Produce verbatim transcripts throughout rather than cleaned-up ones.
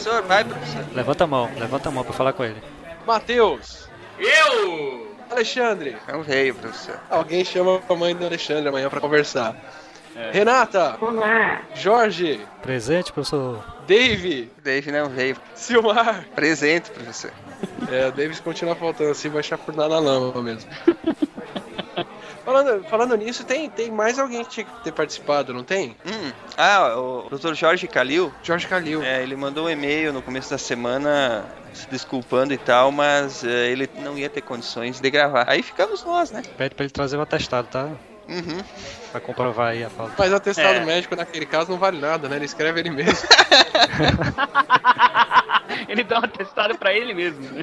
professor, vai, professor. Levanta a mão, levanta a mão pra falar com ele. Matheus. Eu! Alexandre. Não veio, professor. Alguém chama a mãe do Alexandre amanhã pra conversar. É. Renata. Olá. Jorge. Presente, professor. Dave. Dave não veio. Silmar. Presente, professor. É, o Davis continua faltando assim, vai chafurdar na lama mesmo. Falando, falando nisso, tem, tem mais alguém que tinha que ter participado, não tem? Hum. Ah, o doutor Jorge Calil. Jorge Calil. É, ele mandou um e-mail no começo da semana se desculpando e tal, mas uh, ele não ia ter condições de gravar. Aí ficamos nós, né? Pede pra ele trazer o atestado, tá? Uhum. Pra comprovar aí a falta. Mas o atestado É. médico naquele caso não vale nada, né? Ele escreve ele mesmo. Ele dá um atestado pra ele mesmo, né?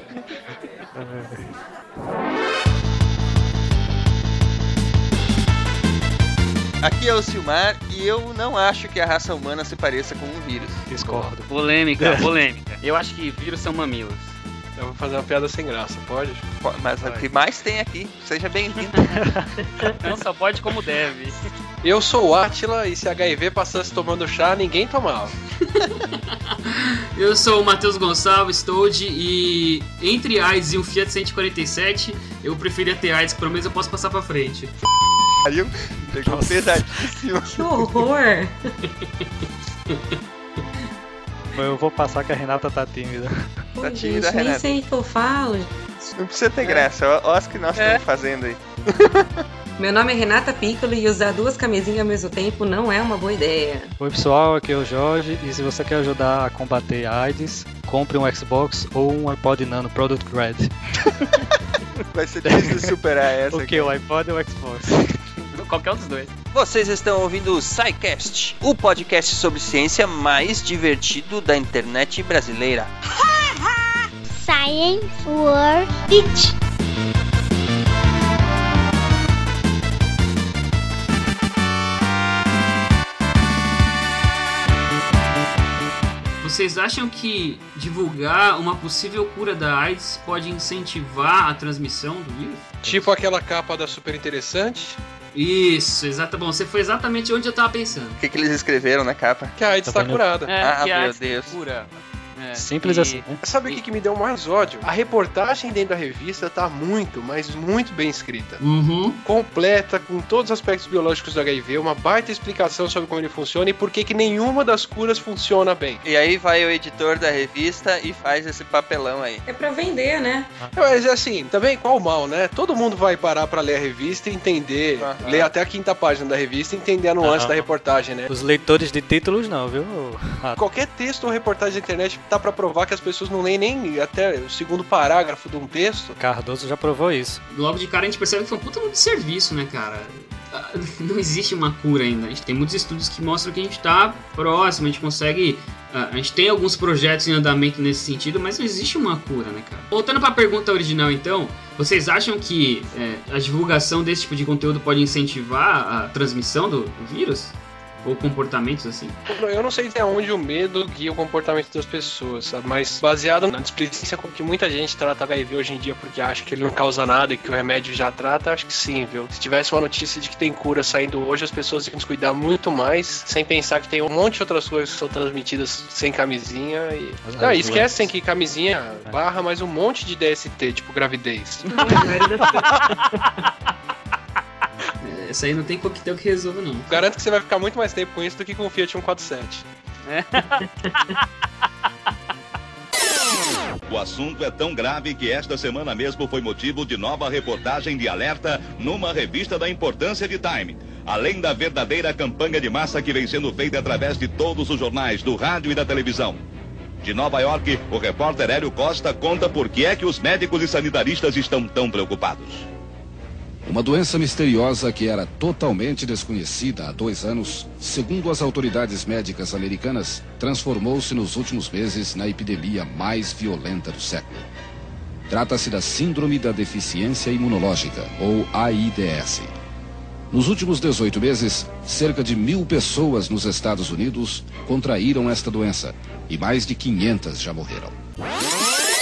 Aqui é o Silmar e eu não acho que a raça humana se pareça com um vírus. Discordo. Polêmica, polêmica. Eu acho que vírus são mamilos. Eu vou fazer uma piada sem graça, pode? Po- Mas o que mais tem aqui, seja bem-vindo. Não só pode como deve. Eu sou o Átila e se H I V passasse tomando chá, ninguém tomava. Eu sou o Matheus Gonçalves, Toad, e entre AIDS e um Fiat cento e quarenta e sete, eu preferia ter AIDS, que pelo menos eu posso passar pra frente. Aí pegou pesadíssimo. Que horror. Eu vou passar que a Renata tá tímida. Pô, Tá tímida, gente, nem Renata. sei o que eu falo. Não precisa ter graça, ó, ó as que nós É. estamos fazendo aí. Meu nome é Renata Piccolo e usar duas camisinhas ao mesmo tempo não é uma boa ideia. Oi pessoal, aqui é o Jorge e se você quer ajudar a combater a AIDS, compre um Xbox ou um iPod Nano Product Red. Vai ser difícil de superar essa. O que? O iPod ou o Xbox? Qualquer um dos dois. Vocês estão ouvindo o SciCast, o podcast sobre ciência mais divertido da internet brasileira. Science World Beach. Vocês acham que divulgar uma possível cura da AIDS pode incentivar a transmissão do vírus? Tipo aquela capa da Super Interessante, Isso, exato. Bom, você foi exatamente onde eu tava pensando. O que, que eles escreveram na capa? que a AIDS Tá está vendo? curada. É, Ah, que a meu AIDS Deus. cura. É, Simples e- assim, né? Sabe o que, que me deu mais ódio? A reportagem dentro da revista tá muito, mas muito bem escrita. Uhum. Completa, com todos os aspectos biológicos do H I V, uma baita explicação sobre como ele funciona e por que que nenhuma das curas funciona bem. E aí vai o editor da revista e faz esse papelão aí. É pra vender, né? Mas assim, também qual o mal, né? Todo mundo vai parar pra ler a revista e entender, Aham. ler até a quinta página da revista e entender a nuance Aham. da reportagem, né? Os leitores de títulos não, viu? Ah, Qualquer texto ou reportagem da internet tá pra provar que as pessoas não leem nem até o segundo parágrafo de um texto. Cardoso já provou isso. Logo de cara a gente percebe que foi um puta de serviço, né, cara? Ah, Não existe uma cura ainda. A gente tem muitos estudos que mostram que a gente tá próximo, a gente consegue. ah, A gente tem alguns projetos em andamento nesse sentido, mas não existe uma cura, né, cara? Voltando pra pergunta original, então, vocês acham que é, a divulgação desse tipo de conteúdo pode incentivar a transmissão do, do vírus? Ou comportamentos assim? Eu não sei até onde o medo guia o comportamento das pessoas, sabe? Mas baseado na displicência com que muita gente trata H I V hoje em dia porque acha que ele não causa nada e que o remédio já trata, acho que sim, viu? Se tivesse uma notícia de que tem cura saindo hoje, as pessoas iam descuidar muito mais, sem pensar que tem um monte de outras coisas que são transmitidas sem camisinha e... As Não, e doenças. esquecem que camisinha barra mais um monte de D S T, tipo gravidez. Essa aí não tem coquetel que resolva, não. Garanto que você vai ficar muito mais tempo com isso do que com o Fiat cento e quarenta e sete. O assunto é tão grave que esta semana mesmo foi motivo de nova reportagem de alerta numa revista da importância de Time. Além da verdadeira campanha de massa que vem sendo feita através de todos os jornais, do rádio e da televisão. De Nova York, o repórter Hélio Costa conta por que é que os médicos e sanitaristas estão tão preocupados. Uma doença misteriosa que era totalmente desconhecida há dois anos, segundo as autoridades médicas americanas, transformou-se nos últimos meses na epidemia mais violenta do século. Trata-se da Síndrome da Deficiência Imunológica, ou AIDS. Nos últimos dezoito meses, cerca de mil pessoas nos Estados Unidos contraíram esta doença e mais de quinhentas já morreram.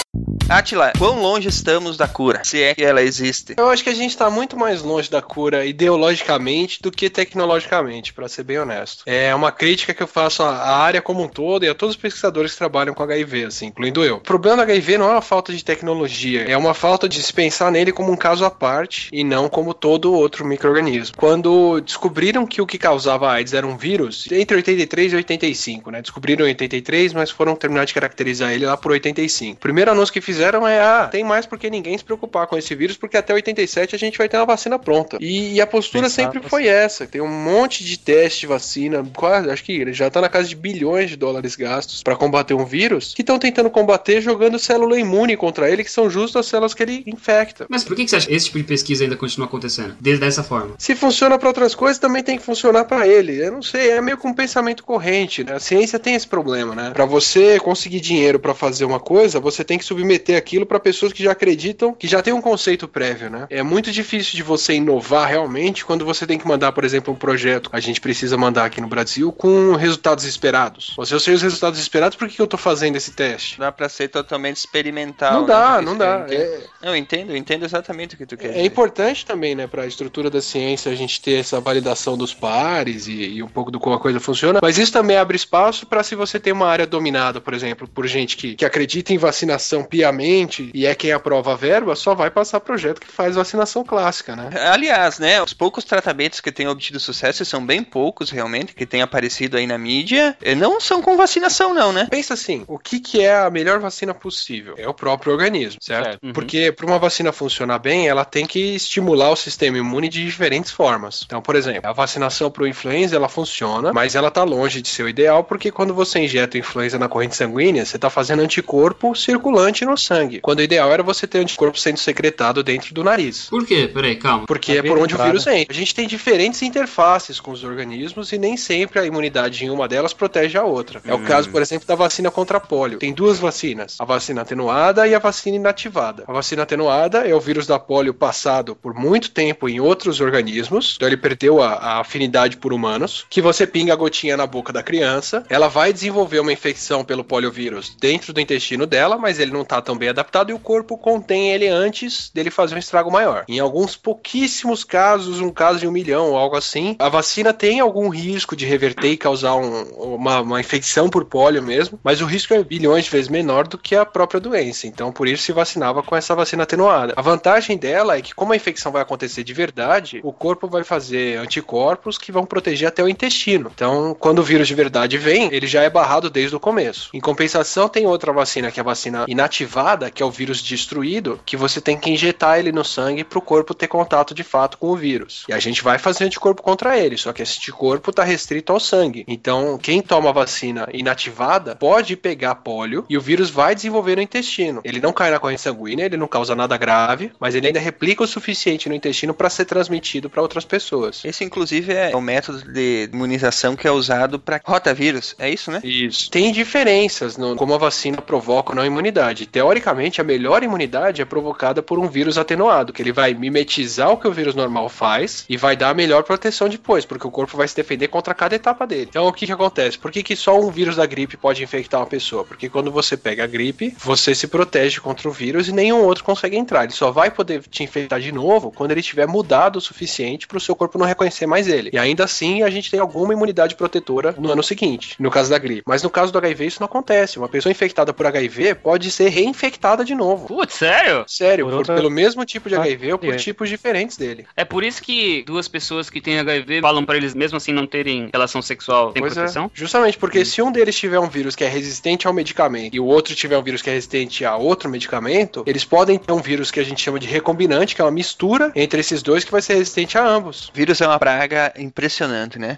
Átila, quão longe estamos da cura? Se é que ela existe. Eu acho que a gente tá muito mais longe da cura ideologicamente do que tecnologicamente, pra ser bem honesto. É uma crítica que eu faço à área como um todo e a todos os pesquisadores que trabalham com H I V, assim, incluindo eu. O problema do H I V não é uma falta de tecnologia, é uma falta de se pensar nele como um caso à parte e não como todo outro micro-organismo. Quando descobriram que o que causava a AIDS era um vírus, entre oitenta e três e oitenta e cinco, né? Descobriram em oitenta e três, mas foram terminar de caracterizar ele lá por oitenta e cinco. O primeiro anúncio que fizeram é, ah, tem mais porque ninguém se preocupar com esse vírus, porque até oitenta e sete a gente vai ter uma vacina pronta. E, e a postura Pensar sempre foi essa. Tem um monte de teste de vacina, quase, acho que já tá na casa de bilhões de dólares gastos para combater um vírus, que estão tentando combater jogando célula imune contra ele, que são justo as células que ele infecta. Mas por que você acha que esse tipo de pesquisa ainda continua acontecendo? Desde dessa forma? Se funciona para outras coisas, também tem que funcionar para ele. Eu não sei, é meio que um pensamento corrente, né? A ciência tem esse problema, né? Para você conseguir dinheiro para fazer uma coisa, você tem que submeter aquilo para pessoas que já acreditam, que já tem um conceito prévio, né? É muito difícil de você inovar realmente quando você tem que mandar, por exemplo, um projeto, a gente precisa mandar aqui no Brasil, com resultados esperados. Se eu sei os resultados esperados, por que eu tô fazendo esse teste? Dá pra ser totalmente experimental. Não dá, né? não dá. É... Não, eu entendo, eu entendo exatamente o que tu quer É dizer. importante também, né, pra estrutura da ciência, a gente ter essa validação dos pares e, e um pouco do como a coisa funciona, mas isso também abre espaço pra, se você tem uma área dominada, por exemplo, por gente que, que acredita em vacinação piamente e é quem aprova a verba, só vai passar projeto que faz vacinação clássica, né? Aliás, né, os poucos tratamentos que têm obtido sucesso, são bem poucos realmente, que têm aparecido aí na mídia, não são com vacinação não, né? Pensa assim, o que, que é a melhor vacina possível? É o próprio organismo, certo? certo. Uhum. Porque para uma vacina funcionar bem, ela tem que estimular o sistema imune de diferentes formas. Então, por exemplo, a vacinação para o influenza, ela funciona, mas ela tá longe de ser o ideal, porque quando você injeta o influenza na corrente sanguínea, você tá fazendo anticorpo circulante no sangue, quando o ideal era você ter anticorpo sendo secretado dentro do nariz. Por quê? Peraí, calma. Porque é por onde o vírus entra. A gente tem diferentes interfaces com os organismos e nem sempre a imunidade em uma delas protege a outra. É o hum. caso, por exemplo, da vacina contra pólio. Tem duas vacinas, a vacina atenuada e a vacina inativada. A vacina atenuada é o vírus da pólio passado por muito tempo em outros organismos, então ele perdeu a, a afinidade por humanos, que você pinga a gotinha na boca da criança, ela vai desenvolver uma infecção pelo poliovírus dentro do intestino dela, mas ele não está tão bem adaptado e o corpo contém ele antes dele fazer um estrago maior. Em alguns pouquíssimos casos, um caso de um milhão ou algo assim, a vacina tem algum risco de reverter e causar um, uma, uma infecção por pólio mesmo, mas o risco é bilhões de vezes menor do que a própria doença, então por isso se vacinava com essa vacina atenuada. A vantagem dela é que, como a infecção vai acontecer de verdade, o corpo vai fazer anticorpos que vão proteger até o intestino. Então, quando o vírus de verdade vem, ele já é barrado desde o começo. Em compensação, tem outra vacina, que é a vacina inativada, que é o vírus destruído, que você tem que injetar ele no sangue para o corpo ter contato de fato com o vírus. E a gente vai fazer anticorpo contra ele, só que esse anticorpo está restrito ao sangue. Então, quem toma a vacina inativada pode pegar pólio e o vírus vai desenvolver no intestino. Ele não cai na corrente sanguínea, ele não causa nada grave, mas ele ainda replica o suficiente no intestino para ser transmitido para outras pessoas. Esse, inclusive, é o método de imunização que é usado para rotavírus, é isso, né? Isso. Tem diferenças no como a vacina provoca ou não imunidade. Teoricamente, a melhor imunidade é provocada por um vírus atenuado, que ele vai mimetizar o que o vírus normal faz e vai dar a melhor proteção depois, porque o corpo vai se defender contra cada etapa dele. Então, o que que acontece? Por que que só um vírus da gripe pode infectar uma pessoa? Porque quando você pega a gripe, você se protege contra o vírus e nenhum outro consegue entrar. Ele só vai poder te infectar de novo quando ele tiver mudado o suficiente para o seu corpo não reconhecer mais ele. E ainda assim, a gente tem alguma imunidade protetora no ano seguinte, no caso da gripe. Mas no caso do H I V, isso não acontece. Uma pessoa infectada por H I V pode ser reinfectada de novo. Putz, sério? Sério, por outra... pelo mesmo tipo de ah, H I V ou por é. tipos diferentes dele. É por isso que duas pessoas que têm H I V falam para eles mesmo assim não terem relação sexual, tem pois proteção? É. Justamente, porque hum. se um deles tiver um vírus que é resistente ao medicamento e o outro tiver um vírus que é resistente a outro medicamento, eles podem ter um vírus que a gente chama de recombinante, que é uma mistura entre esses dois que vai ser resistente a ambos. O vírus é uma praga impressionante, né?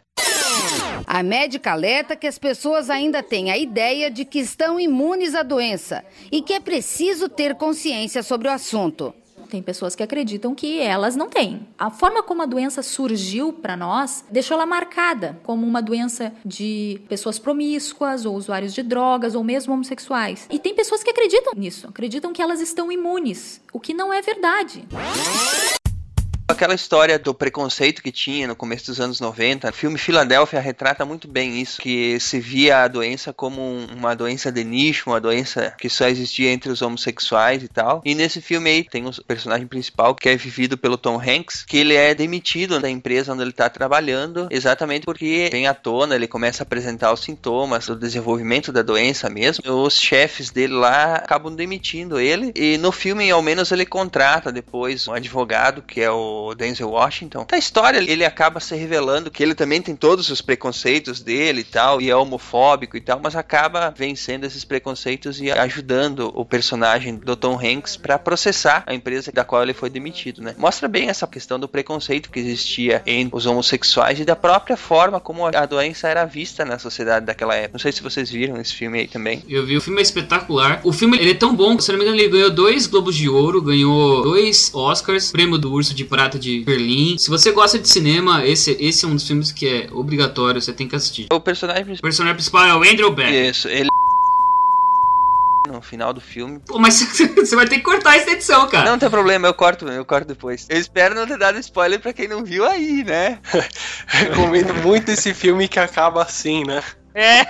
A médica alerta que as pessoas ainda têm a ideia de que estão imunes à doença e que é preciso ter consciência sobre o assunto. Tem pessoas que acreditam que elas não têm. A forma como a doença surgiu para nós deixou ela marcada como uma doença de pessoas promíscuas ou usuários de drogas ou mesmo homossexuais. E tem pessoas que acreditam nisso, acreditam que elas estão imunes, o que não é verdade. Aquela história do preconceito que tinha no começo dos anos noventa, o filme Filadélfia retrata muito bem isso, que se via a doença como um, uma doença de nicho, uma doença que só existia entre os homossexuais e tal. E nesse filme aí tem um personagem principal que é vivido pelo Tom Hanks, que ele é demitido da empresa onde ele está trabalhando, exatamente porque vem à tona, ele começa a apresentar os sintomas do desenvolvimento da doença mesmo. Os chefes dele lá acabam demitindo ele, e no filme ao menos ele contrata depois um advogado que é o Denzel Washington. A história, ele acaba se revelando que ele também tem todos os preconceitos dele e tal, e é homofóbico e tal, mas acaba vencendo esses preconceitos e ajudando o personagem do Tom Hanks para processar a empresa da qual ele foi demitido, né? Mostra bem essa questão do preconceito que existia entre os homossexuais e da própria forma como a doença era vista na sociedade daquela época. Não sei se vocês viram esse filme aí também. Eu vi, o filme é espetacular. O filme, ele é tão bom, se não me engano, ele ganhou dois Globos de Ouro, ganhou dois Oscars, prêmio do Urso de Prata de Berlim. Se você gosta de cinema, esse, esse é um dos filmes que é obrigatório, você tem que assistir. O personagem principal, o personagem principal é o Andrew Beck. Isso, ele no final do filme. Pô, mas você vai ter que cortar essa edição, cara. Não tem problema, eu corto, eu corto depois. Eu espero não ter dado spoiler pra quem não viu aí, né? Recomendo muito esse filme que acaba assim, né? É.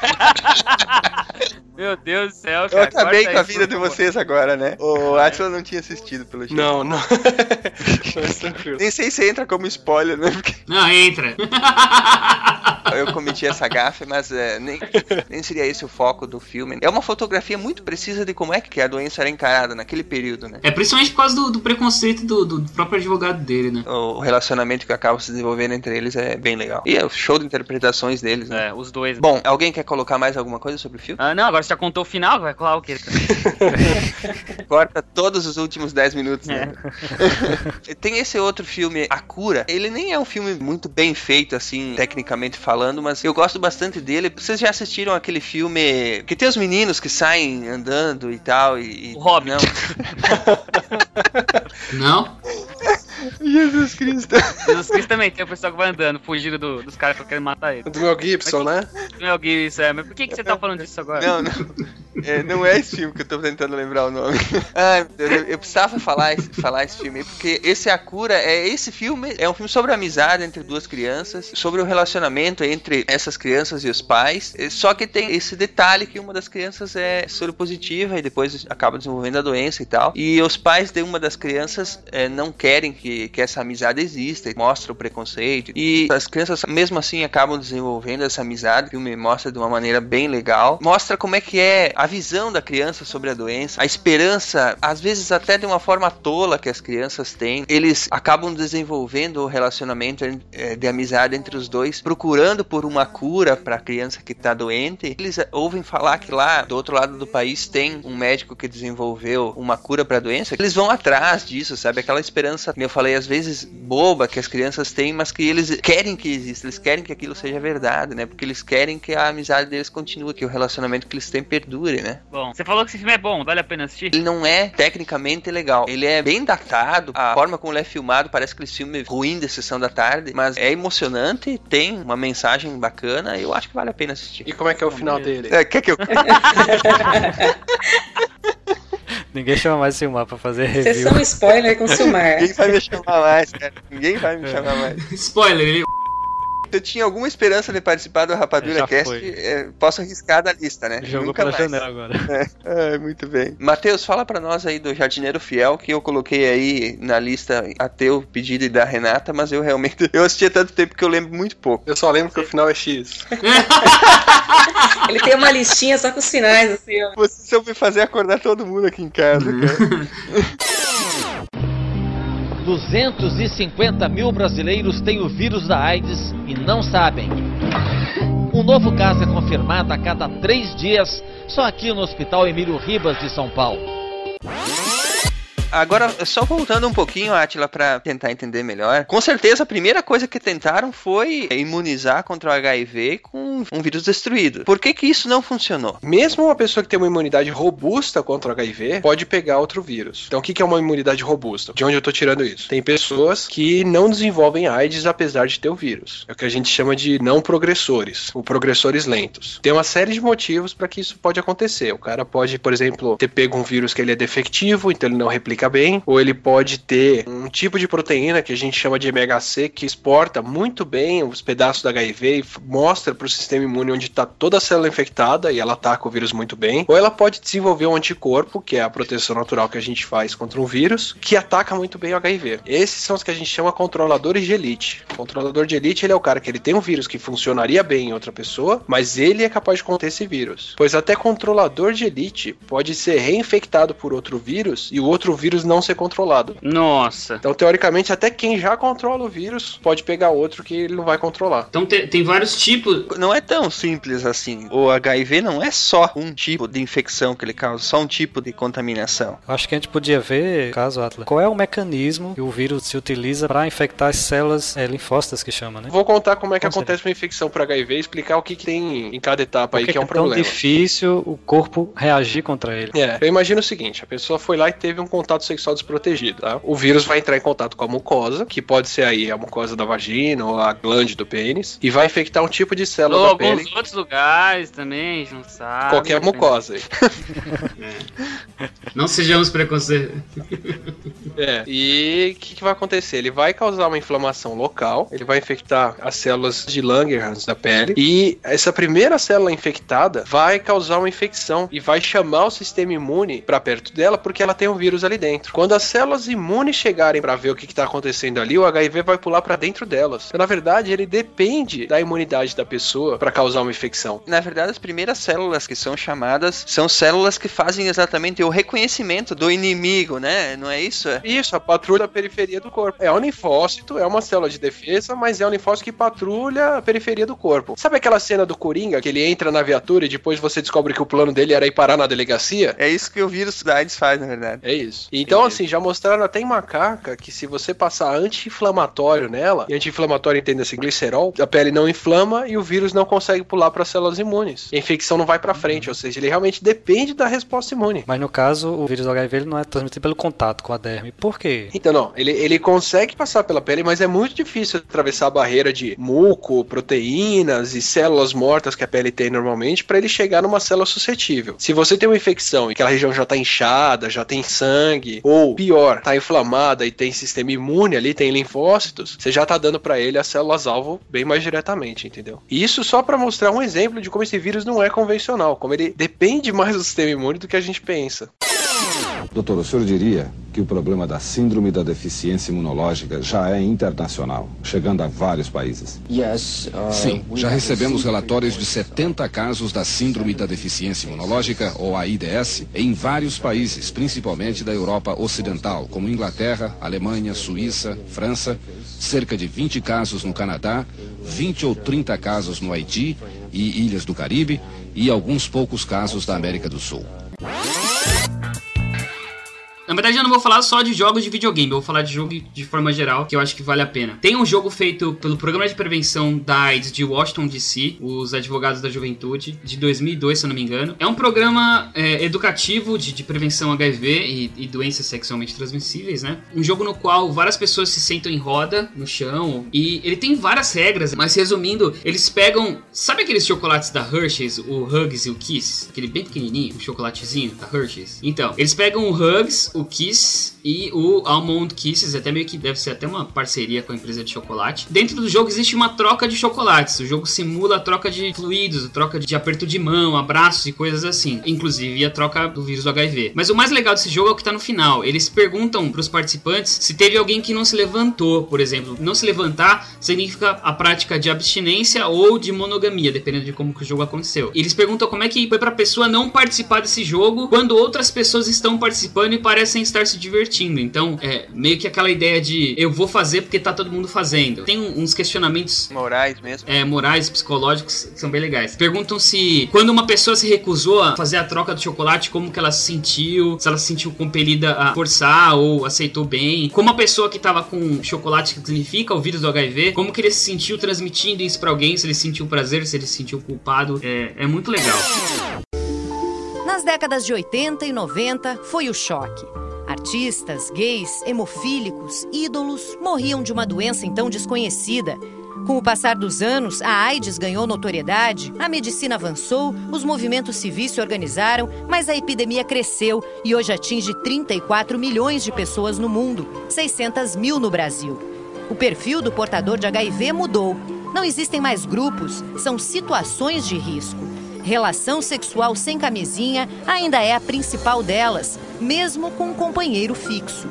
Meu Deus do céu, cara. Eu acabei com a vida de vocês agora, né? O Atila não tinha assistido, pelo jeito. Não, não. Mas tranquilo. Nem sei se entra como spoiler, né? Porque... Não, entra. Eu cometi essa gafe, mas é, nem, nem seria esse o foco do filme. É uma fotografia muito precisa de como é que a doença era encarada naquele período, né? É principalmente por causa do, do preconceito do, do próprio advogado dele, né? O relacionamento que acaba se desenvolvendo entre eles é bem legal. E é o show de interpretações deles, né? É, os dois. Bom, alguém quer colocar mais alguma coisa sobre o filme? Ah, não, agora você já contou o final, vai colar o quê? Corta todos os últimos dez minutos, né? É. Tem esse outro filme, A Cura. Ele nem é um filme muito bem feito, assim, tecnicamente falando, mas eu gosto bastante dele. Vocês já assistiram aquele filme que tem os meninos que saem andando e tal? E, o Hobbit. Não? Não? Jesus Cristo. Jesus Cristo também tem o pessoal que vai andando, fugindo do, dos caras que querem matar ele. Do Mel Gibson, mas, né? Do Mel Gibson, é. Mas por que, que você tá falando disso agora? Não, não. É, não é esse filme que eu tô tentando lembrar o nome. Ah, eu, eu precisava falar esse, falar esse filme, porque esse A Cura, é esse filme, é um filme sobre a amizade entre duas crianças, sobre o relacionamento entre essas crianças e os pais, só que tem esse detalhe que uma das crianças é soropositiva e depois acaba desenvolvendo a doença e tal, e os pais de uma das crianças é, não querem que, que essa amizade exista, mostra o preconceito, e as crianças mesmo assim acabam desenvolvendo essa amizade. O filme mostra de uma maneira bem legal, mostra como é que é a visão da criança sobre a doença, a esperança, às vezes até de uma forma tola que as crianças têm. Eles acabam desenvolvendo o relacionamento de amizade entre os dois, procurando por uma cura para a criança que está doente. Eles ouvem falar que lá do outro lado do país tem um médico que desenvolveu uma cura para a doença. Eles vão atrás disso, sabe? Aquela esperança, como eu falei, às vezes boba que as crianças têm, mas que eles querem que exista, eles querem que aquilo seja verdade, né? Porque eles querem que a amizade deles continue, que o relacionamento que eles têm perdure, né? Bom, você falou que esse filme é bom, vale a pena assistir? Ele não é tecnicamente legal, ele é bem datado, a forma como ele é filmado parece aquele filme ruim de Sessão da Tarde, mas é emocionante, tem uma mensagem bacana, eu acho que vale a pena assistir. E como é que é o Bom, final beleza. dele? É, quer que eu... Ninguém chama mais o Silmar pra fazer review. Sessão spoiler com o Silmar. Ninguém vai me chamar mais, cara. Ninguém vai me é. chamar mais. Spoiler, ele... Eu tinha alguma esperança de participar do Rapadura Cast, é, posso arriscar da lista, né? Jogou Nunca pela mais. janela agora. É, é, muito bem. Matheus, fala pra nós aí do Jardineiro Fiel, que eu coloquei aí na lista a teu pedido e da Renata, mas eu realmente, eu assisti há tanto tempo que eu lembro muito pouco. Eu só lembro que o final é X. Ele tem uma listinha só com os finais, assim, ó. Você soube fazer acordar todo mundo aqui em casa, cara. duzentos e cinquenta mil brasileiros têm o vírus da AIDS e não sabem. Um novo caso é confirmado a cada três dias, só aqui no Hospital Emílio Ribas de São Paulo. Agora, só voltando um pouquinho, Átila, pra tentar entender melhor. Com certeza, a primeira coisa que tentaram foi imunizar contra o H I V com um vírus destruído. Por que que isso não funcionou? Mesmo uma pessoa que tem uma imunidade robusta contra o H I V pode pegar outro vírus. Então, o que que é uma imunidade robusta? De onde eu tô tirando isso? Tem pessoas que não desenvolvem AIDS apesar de ter o vírus. É o que a gente chama de não progressores, ou progressores lentos. Tem uma série de motivos para que isso pode acontecer. O cara pode, por exemplo, ter pego um vírus que ele é defectivo, então ele não replica fica bem, ou ele pode ter um tipo de proteína que a gente chama de M H C, que exporta muito bem os pedaços do H I V e mostra para o sistema imune onde está toda a célula infectada e ela ataca o vírus muito bem, ou ela pode desenvolver um anticorpo, que é a proteção natural que a gente faz contra um vírus, que ataca muito bem o H I V. Esses são os que a gente chama controladores de elite. O controlador de elite, ele é o cara que ele tem um vírus que funcionaria bem em outra pessoa, mas ele é capaz de conter esse vírus. Pois até controlador de elite pode ser reinfectado por outro vírus e o outro vírus não ser controlado. Nossa. Então, teoricamente, até quem já controla o vírus pode pegar outro que ele não vai controlar. Então tem, tem vários tipos. Não é tão simples assim. O H I V não é só um tipo de infecção que ele causa, só um tipo de contaminação. Acho que a gente podia ver, caso Atlas, qual é o mecanismo que o vírus se utiliza para infectar as células é, linfócitas que chama, né? Vou contar como é que Com acontece certeza. uma infecção por H I V e explicar o que, que tem em cada etapa Por aí, que que é um é tão problema. difícil o corpo reagir contra ele? É, eu imagino o seguinte, a pessoa foi lá e teve um contato sexual desprotegido, tá? O vírus vai entrar em contato com a mucosa, que pode ser aí a mucosa da vagina ou a glande do pênis, e vai infectar um tipo de célula Ou da alguns pele. outros lugares também, a gente não sabe. Qualquer mucosa aí. É. Não sejamos preconceitos. É, e o que, que vai acontecer? Ele vai causar uma inflamação local, ele vai infectar as células de Langerhans da pele, e essa primeira célula infectada vai causar uma infecção e vai chamar o sistema imune para perto dela porque ela tem um vírus ali dentro. Quando as células imunes chegarem para ver o que está acontecendo ali, o H I V vai pular para dentro delas. Então, na verdade, ele depende da imunidade da pessoa para causar uma infecção. Na verdade, as primeiras células que são chamadas são células que fazem exatamente o reconhecimento do inimigo, né? Não é isso? Isso, a patrulha da periferia do corpo. É um linfócito, é uma célula de defesa, mas é um linfócito que patrulha a periferia do corpo. Sabe aquela cena do Coringa, que ele entra na viatura e depois você descobre que o plano dele era ir parar na delegacia? É isso que o vírus da AIDS faz, na verdade. É isso. Então, assim, já mostraram até em macaca que se você passar anti-inflamatório nela, e anti-inflamatório entenda-se glicerol, a pele não inflama e o vírus não consegue pular para as células imunes. E a infecção não vai para frente, ou seja, ele realmente depende da resposta imune. Mas no caso, o vírus do H I V ele não é transmitido pelo contato com a derme. Por quê? Então, não. Ele, ele consegue passar pela pele, mas é muito difícil atravessar a barreira de muco, proteínas e células mortas que a pele tem normalmente para ele chegar numa célula suscetível. Se você tem uma infecção e aquela região já está inchada, já tem sangue, ou pior, está inflamada e tem sistema imune ali, tem linfócitos, você já está dando para ele as células-alvo bem mais diretamente, entendeu? E isso só para mostrar um exemplo de como esse vírus não é convencional, como ele depende mais do sistema imune do que a gente pensa. Doutor, o senhor diria que o problema da síndrome da deficiência imunológica já é internacional, chegando a vários países? Sim, já recebemos relatórios de setenta casos da síndrome da deficiência imunológica, ou AIDS, em vários países, principalmente da Europa Ocidental, como Inglaterra, Alemanha, Suíça, França, cerca de vinte casos no Canadá, vinte ou trinta casos no Haiti e Ilhas do Caribe, e alguns poucos casos da América do Sul. Na verdade, eu não vou falar só de jogos de videogame, eu vou falar de jogo de forma geral, que eu acho que vale a pena. Tem um jogo feito pelo Programa de Prevenção da AIDS de Washington, D C, os Advogados da Juventude, de dois mil e dois, se eu não me engano. É um programa é, educativo de, de prevenção H I V e, e doenças sexualmente transmissíveis, né? Um jogo no qual várias pessoas se sentam em roda, no chão, e ele tem várias regras, mas resumindo, eles pegam... Sabe aqueles chocolates da Hershey's, o Hugs e o Kiss? Aquele bem pequenininho, o chocolatezinho da Hershey's? Então, eles pegam o Hugs, o Kiss e o Almond Kisses, até meio que deve ser até uma parceria com a empresa de chocolate. Dentro do jogo existe uma troca de chocolates. O jogo simula a troca de fluidos, a troca de aperto de mão, abraços e coisas assim. Inclusive a troca do vírus do H I V. Mas o mais legal desse jogo é o que tá no final. Eles perguntam pros participantes se teve alguém que não se levantou, por exemplo. Não se levantar significa a prática de abstinência ou de monogamia, dependendo de como que o jogo aconteceu. E eles perguntam como é que foi pra pessoa não participar desse jogo quando outras pessoas estão participando e parecem estar se divertindo. Então, é meio que aquela ideia de eu vou fazer porque tá todo mundo fazendo. Tem uns questionamentos morais mesmo. É, morais, psicológicos, que são bem legais. Perguntam se quando uma pessoa se recusou a fazer a troca do chocolate, como que ela se sentiu, se ela se sentiu compelida a forçar ou aceitou bem. Como a pessoa que tava com chocolate que significa o vírus do H I V, como que ele se sentiu transmitindo isso pra alguém, se ele sentiu prazer, se ele se sentiu culpado. É, é muito legal. Nas décadas de oitenta e noventa, foi o choque. Artistas, gays, hemofílicos, ídolos morriam de uma doença então desconhecida. Com o passar dos anos, a AIDS ganhou notoriedade, a medicina avançou, os movimentos civis se organizaram, mas a epidemia cresceu e hoje atinge trinta e quatro milhões de pessoas no mundo, seiscentas mil no Brasil. O perfil do portador de H I V mudou. Não existem mais grupos, são situações de risco. Relação sexual sem camisinha ainda é a principal delas, mesmo com um companheiro fixo.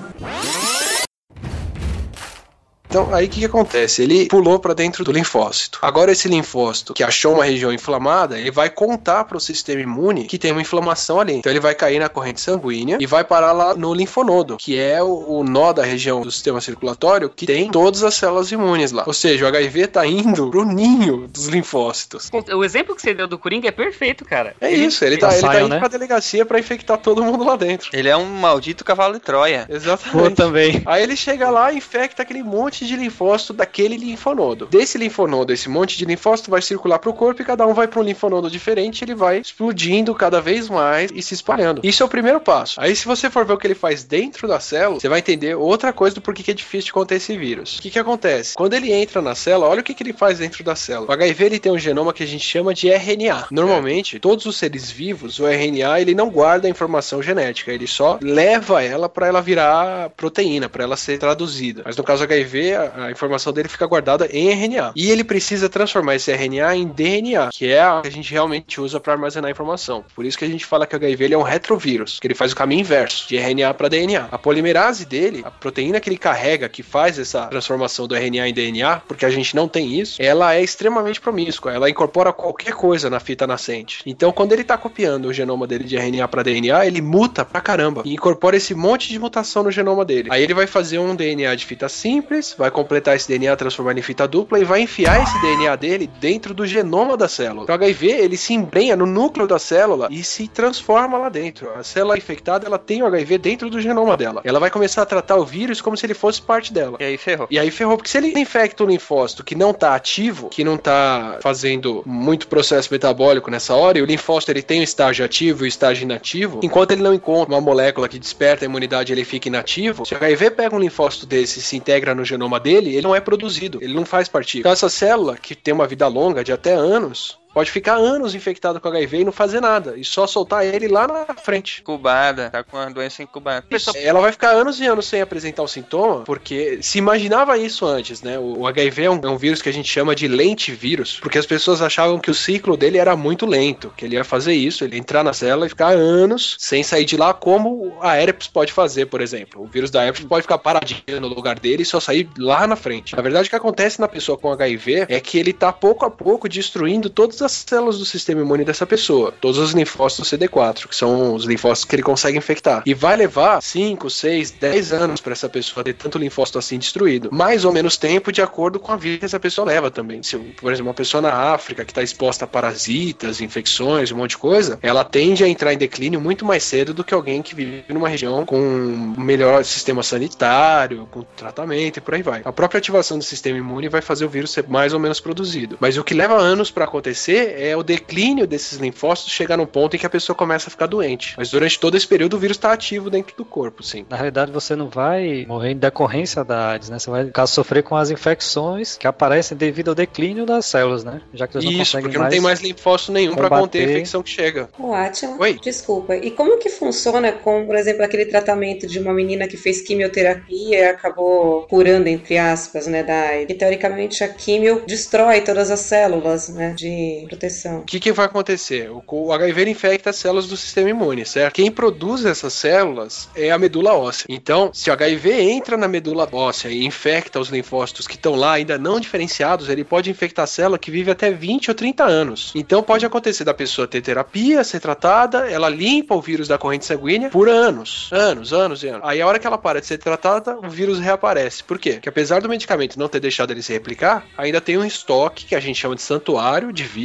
Então, aí o que, que acontece? Ele pulou para dentro do linfócito. Agora, esse linfócito que achou uma região inflamada, ele vai contar para o sistema imune que tem uma inflamação ali. Então, ele vai cair na corrente sanguínea e vai parar lá no linfonodo, que é o, o nó da região do sistema circulatório que tem todas as células imunes lá. Ou seja, o H I V tá indo pro ninho dos linfócitos. O exemplo que você deu do Coringa é perfeito, cara. É ele, isso, ele tá, ele tá indo né? pra delegacia pra infectar todo mundo lá dentro. Ele é um maldito cavalo de Troia. Exatamente. Pô, também. Aí ele chega lá e infecta aquele monte de linfócito daquele linfonodo. Desse linfonodo, esse monte de linfócito vai circular pro corpo e cada um vai para um linfonodo diferente, ele vai explodindo cada vez mais e se espalhando. Isso é o primeiro passo. Aí se você for ver o que ele faz dentro da célula, você vai entender outra coisa do porquê que é difícil de conter esse vírus. O que que acontece? Quando ele entra na célula, olha o que que ele faz dentro da célula. O H I V ele tem um genoma que a gente chama de R N A. Normalmente, todos os seres vivos, o R N A ele não guarda a informação genética, ele só leva ela para ela virar proteína, para ela ser traduzida. Mas no caso do H I V, a, a informação dele fica guardada em R N A. E ele precisa transformar esse R N A em D N A, que é a que a gente realmente usa para armazenar informação. Por isso que a gente fala que o H I V ele é um retrovírus, que ele faz o caminho inverso, de R N A para D N A. A polimerase dele, a proteína que ele carrega, que faz essa transformação do R N A em D N A, porque a gente não tem isso, ela é extremamente promíscua, ela incorpora qualquer coisa na fita nascente. Então, quando ele tá copiando o genoma dele de R N A para D N A, ele muta pra caramba e incorpora esse monte de mutação no genoma dele. Aí ele vai fazer um D N A de fita simples, vai completar esse D N A, transformar em fita dupla e vai enfiar esse D N A dele dentro do genoma da célula. O H I V, ele se embrenha no núcleo da célula e se transforma lá dentro. A célula infectada, ela tem o H I V dentro do genoma dela. Ela vai começar a tratar o vírus como se ele fosse parte dela. E aí ferrou. E aí ferrou, porque se ele infecta o linfócito que não tá ativo, que não tá fazendo muito processo metabólico nessa hora, e o linfócito ele tem o estágio ativo e o estágio inativo, enquanto ele não encontra uma molécula que desperta a imunidade, ele fica inativo. Se o H I V pega um linfócito desse e se integra no genoma dele, ele não é produzido, ele não faz partícula. Então essa célula, que tem uma vida longa de até anos, pode ficar anos infectado com H I V e não fazer nada, e só soltar ele lá na frente. Incubada, tá com a doença incubada. Ela vai ficar anos e anos sem apresentar o sintoma, porque se imaginava isso antes, né? O H I V é um, é um vírus que a gente chama de lentivírus, porque as pessoas achavam que o ciclo dele era muito lento, que ele ia fazer isso, ele ia entrar na célula e ficar anos sem sair de lá, como a herpes pode fazer, por exemplo. O vírus da herpes pode ficar paradinho no lugar dele e só sair lá na frente. Na verdade, o que acontece na pessoa com H I V é que ele tá pouco a pouco destruindo todas as células do sistema imune dessa pessoa, todos os linfócitos C D quatro, que são os linfócitos que ele consegue infectar. E vai levar cinco, seis, dez anos para essa pessoa ter tanto linfócito assim destruído. Mais ou menos tempo de acordo com a vida que essa pessoa leva também. Se, por exemplo, uma pessoa na África que está exposta a parasitas, infecções, um monte de coisa, ela tende a entrar em declínio muito mais cedo do que alguém que vive numa região com um melhor sistema sanitário, com tratamento e por aí vai. A própria ativação do sistema imune vai fazer o vírus ser mais ou menos produzido. Mas o que leva anos para acontecer é o declínio desses linfócitos chegar num ponto em que a pessoa começa a ficar doente. Mas durante todo esse período o vírus está ativo dentro do corpo, sim. Na realidade você não vai morrer em decorrência da AIDS, né? Você vai, caso, sofrer com as infecções que aparecem devido ao declínio das células, né? Já que eles não Isso, conseguem porque mais não tem mais linfócito nenhum para conter a infecção que chega. Ô, Átila, Oi? Desculpa. E como que funciona com, por exemplo, aquele tratamento de uma menina que fez quimioterapia e acabou curando, entre aspas, né, da AIDS? E teoricamente a quimio destrói todas as células, né, de proteção. O que, que vai acontecer? O, o H I V infecta as células do sistema imune, certo? Quem produz essas células é a medula óssea. Então, se o H I V entra na medula óssea e infecta os linfócitos que estão lá ainda não diferenciados, ele pode infectar a célula que vive até vinte ou trinta anos. Então, pode acontecer da pessoa ter terapia, ser tratada, ela limpa o vírus da corrente sanguínea por anos. Anos, anos e anos. Aí, a hora que ela para de ser tratada, o vírus reaparece. Por quê? Porque apesar do medicamento não ter deixado ele se replicar, ainda tem um estoque que a gente chama de santuário de vírus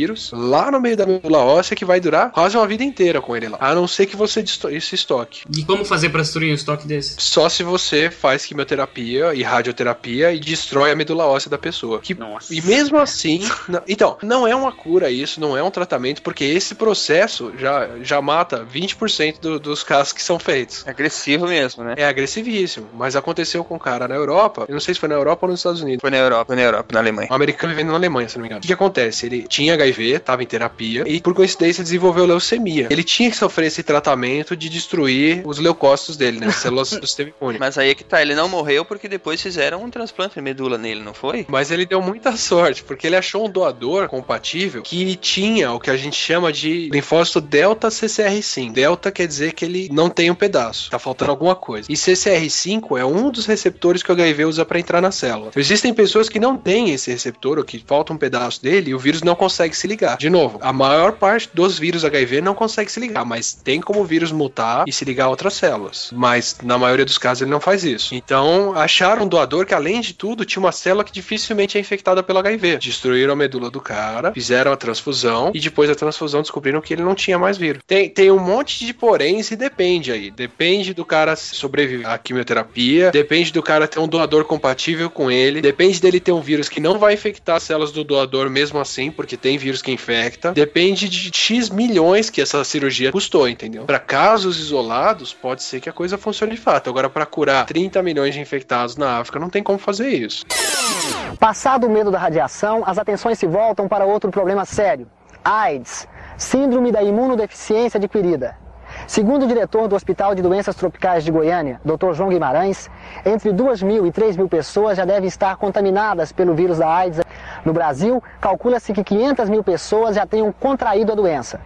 vírus lá no meio da medula óssea que vai durar quase uma vida inteira com ele lá. A não ser que você destrua esse estoque. E como fazer pra destruir um estoque desse? Só se você faz quimioterapia e radioterapia e destrói a medula óssea da pessoa. Que, Nossa. E mesmo assim... Não, então, não é uma cura isso, não é um tratamento, porque esse processo já, já mata vinte por cento do, dos casos que são feitos. É agressivo mesmo, né? É agressivíssimo. Mas aconteceu com um cara na Europa, eu não sei se foi na Europa ou nos Estados Unidos. Foi na Europa, foi na Europa, na Alemanha. Um americano vivendo na Alemanha, se não me engano. O que, que acontece? Ele tinha H I V, tava em terapia, e por coincidência desenvolveu leucemia. Ele tinha que sofrer esse tratamento de destruir os leucócitos dele, né? As células do sistema imune. Mas aí é que tá, ele não morreu porque depois fizeram um transplante de medula nele, não foi? Mas ele deu muita sorte, porque ele achou um doador compatível que tinha o que a gente chama de linfócito delta C C R cinco. Delta quer dizer que ele não tem um pedaço, tá faltando alguma coisa. E C C R cinco é um dos receptores que o H I V usa para entrar na célula. Existem pessoas que não têm esse receptor, ou que falta um pedaço dele, e o vírus não consegue se ligar. De novo, a maior parte dos vírus H I V não consegue se ligar, mas tem como o vírus mutar e se ligar a outras células. Mas na maioria dos casos ele não faz isso. Então acharam um doador que, além de tudo, tinha uma célula que dificilmente é infectada pelo H I V. Destruíram a medula do cara, fizeram a transfusão e depois da transfusão descobriram que ele não tinha mais vírus. Tem, tem um monte de poréns e depende aí. Depende do cara sobreviver à quimioterapia, depende do cara ter um doador compatível com ele, depende dele ter um vírus que não vai infectar as células do doador mesmo assim, porque tem vírus que infecta. Depende de X milhões que essa cirurgia custou, entendeu? Para casos isolados, pode ser que a coisa funcione de fato. Agora, para curar trinta milhões de infectados na África, não tem como fazer isso. Passado o medo da radiação, as atenções se voltam para outro problema sério: AIDS, síndrome da imunodeficiência adquirida. Segundo o diretor do Hospital de Doenças Tropicais de Goiânia, doutor João Guimarães, entre duas mil e três mil pessoas já devem estar contaminadas pelo vírus da AIDS. No Brasil, calcula-se que quinhentas mil pessoas já tenham contraído a doença.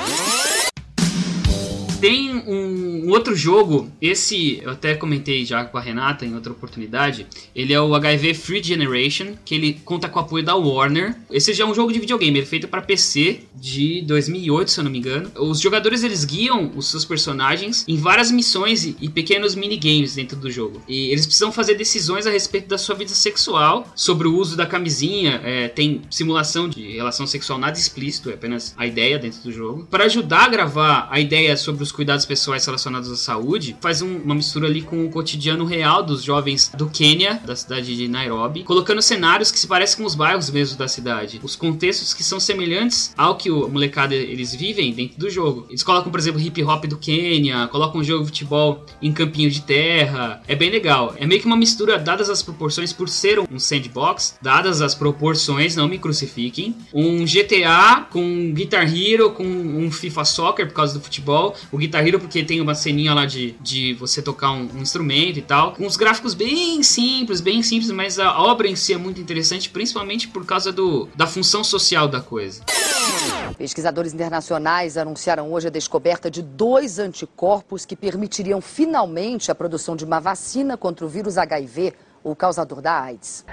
Tem um outro jogo, esse eu até comentei já com a Renata em outra oportunidade. Ele é o H I V Free Generation, que ele conta com o apoio da Warner. Esse já é um jogo de videogame, ele é feito para P C de dois mil e oito, se eu não me engano. Os jogadores, eles guiam os seus personagens em várias missões e, e pequenos minigames dentro do jogo. E eles precisam fazer decisões a respeito da sua vida sexual, sobre o uso da camisinha. É, tem simulação de relação sexual nada explícito, é apenas a ideia dentro do jogo. Para ajudar a gravar a ideia sobre os cuidados pessoais relacionados à saúde, faz um, uma mistura ali com o cotidiano real dos jovens do Quênia, da cidade de Nairobi, colocando cenários que se parecem com os bairros mesmo da cidade, os contextos que são semelhantes ao que o molecada eles vivem dentro do jogo. Eles colocam, por exemplo, hip hop do Quênia, colocam um jogo de futebol em campinho de terra. É bem legal. É meio que uma mistura, dadas as proporções, por ser um sandbox, dadas as proporções, não me crucifiquem, um G T A com Guitar Hero, com um FIFA Soccer por causa do futebol, o Guitar Hero porque tem uma ceninha lá de, de você tocar um, um instrumento e tal, com uns gráficos bem simples, bem simples, mas a obra em si é muito interessante, principalmente por causa do, da função social da coisa. Pesquisadores internacionais anunciaram hoje a descoberta de dois anticorpos que permitiriam finalmente a produção de uma vacina contra o vírus H I V, o causador da AIDS.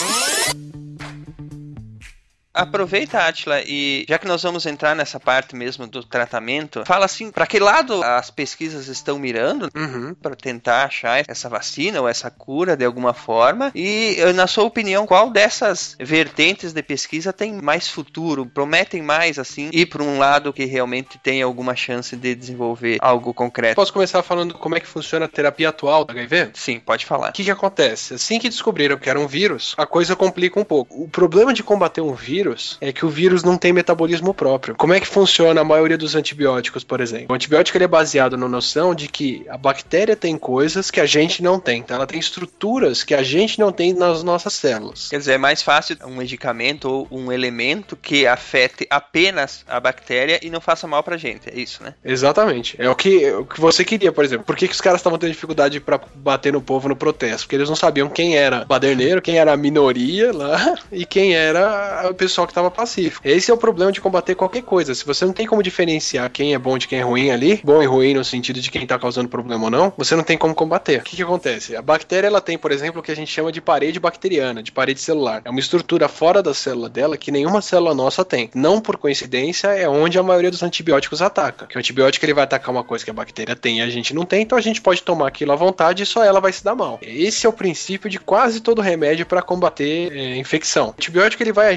Aproveita, Átila, e já que nós vamos entrar nessa parte mesmo do tratamento, fala assim, para que lado as pesquisas estão mirando, uhum, para tentar achar essa vacina ou essa cura de alguma forma, e na sua opinião, qual dessas vertentes de pesquisa tem mais futuro, prometem mais, assim, ir para um lado que realmente tem alguma chance de desenvolver algo concreto? Posso começar falando como é que funciona a terapia atual do H I V? Sim, pode falar. O que que acontece? Assim que descobriram que era um vírus, a coisa complica um pouco. O problema de combater um vírus é que o vírus não tem metabolismo próprio. Como é que funciona a maioria dos antibióticos, por exemplo? O antibiótico ele é baseado na noção de que a bactéria tem coisas que a gente não tem. Então ela tem estruturas que a gente não tem nas nossas células. Quer dizer, é mais fácil um medicamento ou um elemento que afete apenas a bactéria e não faça mal pra gente. É isso, né? Exatamente. É o que, é o que você queria, por exemplo. Por que, que os caras estavam tendo dificuldade pra bater no povo no protesto? Porque eles não sabiam quem era baderneiro, quem era a minoria lá e quem era o pessoal que estava pacífico. Esse é o problema de combater qualquer coisa. Se você não tem como diferenciar quem é bom de quem é ruim ali, bom e ruim no sentido de quem está causando problema ou não, você não tem como combater. O que que acontece? A bactéria, ela tem, por exemplo, o que a gente chama de parede bacteriana, de parede celular. É uma estrutura fora da célula dela que nenhuma célula nossa tem. Não por coincidência, é onde a maioria dos antibióticos ataca. Que o antibiótico ele vai atacar uma coisa que a bactéria tem e a gente não tem, então a gente pode tomar aquilo à vontade e só ela vai se dar mal. Esse é o princípio de quase todo remédio para combater é, infecção. O antibiótico ele vai agir exclusivamente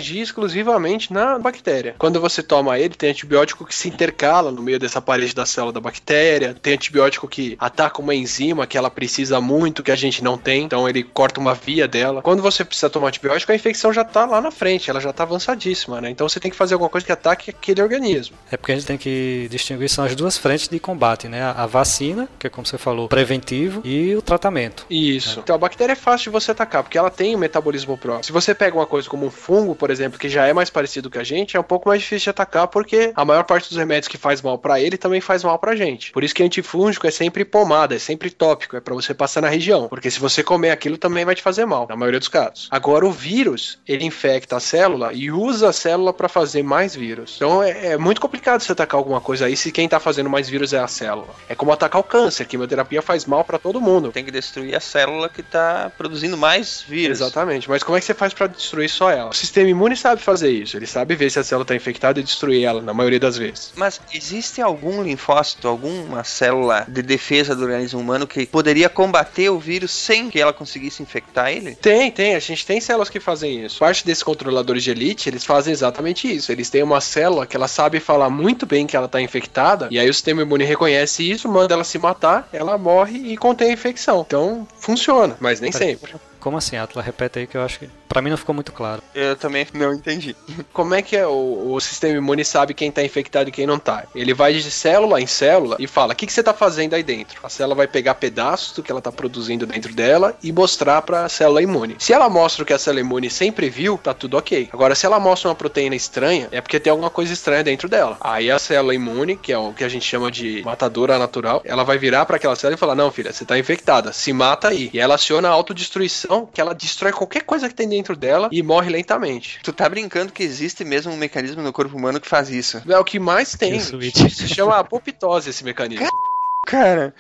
exclusivamente na bactéria. Quando você toma ele, tem antibiótico que se intercala no meio dessa parede da célula da bactéria, tem antibiótico que ataca uma enzima que ela precisa muito, que a gente não tem, então ele corta uma via dela. Quando você precisa tomar antibiótico, a infecção já tá lá na frente, ela já tá avançadíssima, né? Então você tem que fazer alguma coisa que ataque aquele organismo. É porque a gente tem que distinguir, são as duas frentes de combate, né? A vacina, que é como você falou, preventivo, e o tratamento. Isso. É. Então a bactéria é fácil de você atacar, porque ela tem um metabolismo próprio. Se você pega uma coisa como um fungo, por exemplo, que já é mais parecido com a gente, é um pouco mais difícil de atacar, porque a maior parte dos remédios que faz mal pra ele também faz mal pra gente. Por isso que antifúngico é sempre pomada, é sempre tópico, é pra você passar na região, porque se você comer aquilo também vai te fazer mal, na maioria dos casos. Agora o vírus, ele infecta a célula e usa a célula pra fazer mais vírus. Então é, é muito complicado você atacar alguma coisa aí se quem tá fazendo mais vírus é a célula. É como atacar o câncer, quimioterapia faz mal pra todo mundo. Tem que destruir a célula que tá produzindo mais vírus. Exatamente, mas como é que você faz pra destruir só ela? O sistema imune sabe fazer isso, ele sabe ver se a célula tá infectada e destruir ela, na maioria das vezes. Mas existe algum linfócito, alguma célula de defesa do organismo humano que poderia combater o vírus sem que ela conseguisse infectar ele? Tem, tem, a gente tem células que fazem isso. Parte desses controladores de elite, eles fazem exatamente isso. Eles têm uma célula que ela sabe falar muito bem que ela tá infectada, e aí o sistema imune reconhece isso, manda ela se matar, ela morre e contém a infecção. Então, funciona, mas nem sempre. Como assim, Atlas? Repete aí que eu acho que pra mim não ficou muito claro. Eu também não entendi. Como é que é o, o sistema imune sabe quem tá infectado e quem não tá? Ele vai de célula em célula e fala, o que, que você tá fazendo aí dentro? A célula vai pegar pedaços do que ela tá produzindo dentro dela e mostrar pra célula imune. Se ela mostra o que a célula imune sempre viu, tá tudo ok. Agora, se ela mostra uma proteína estranha, é porque tem alguma coisa estranha dentro dela. Aí a célula imune, que é o que a gente chama de matadora natural, ela vai virar pra aquela célula e falar, não, filha, você tá infectada, se mata aí. E ela aciona a autodestruição, que ela destrói qualquer coisa que tem dentro dela e morre lentamente. Tu tá brincando que existe mesmo um mecanismo no corpo humano que faz isso? É o que mais tem. Que se chama apoptose esse mecanismo. Cara...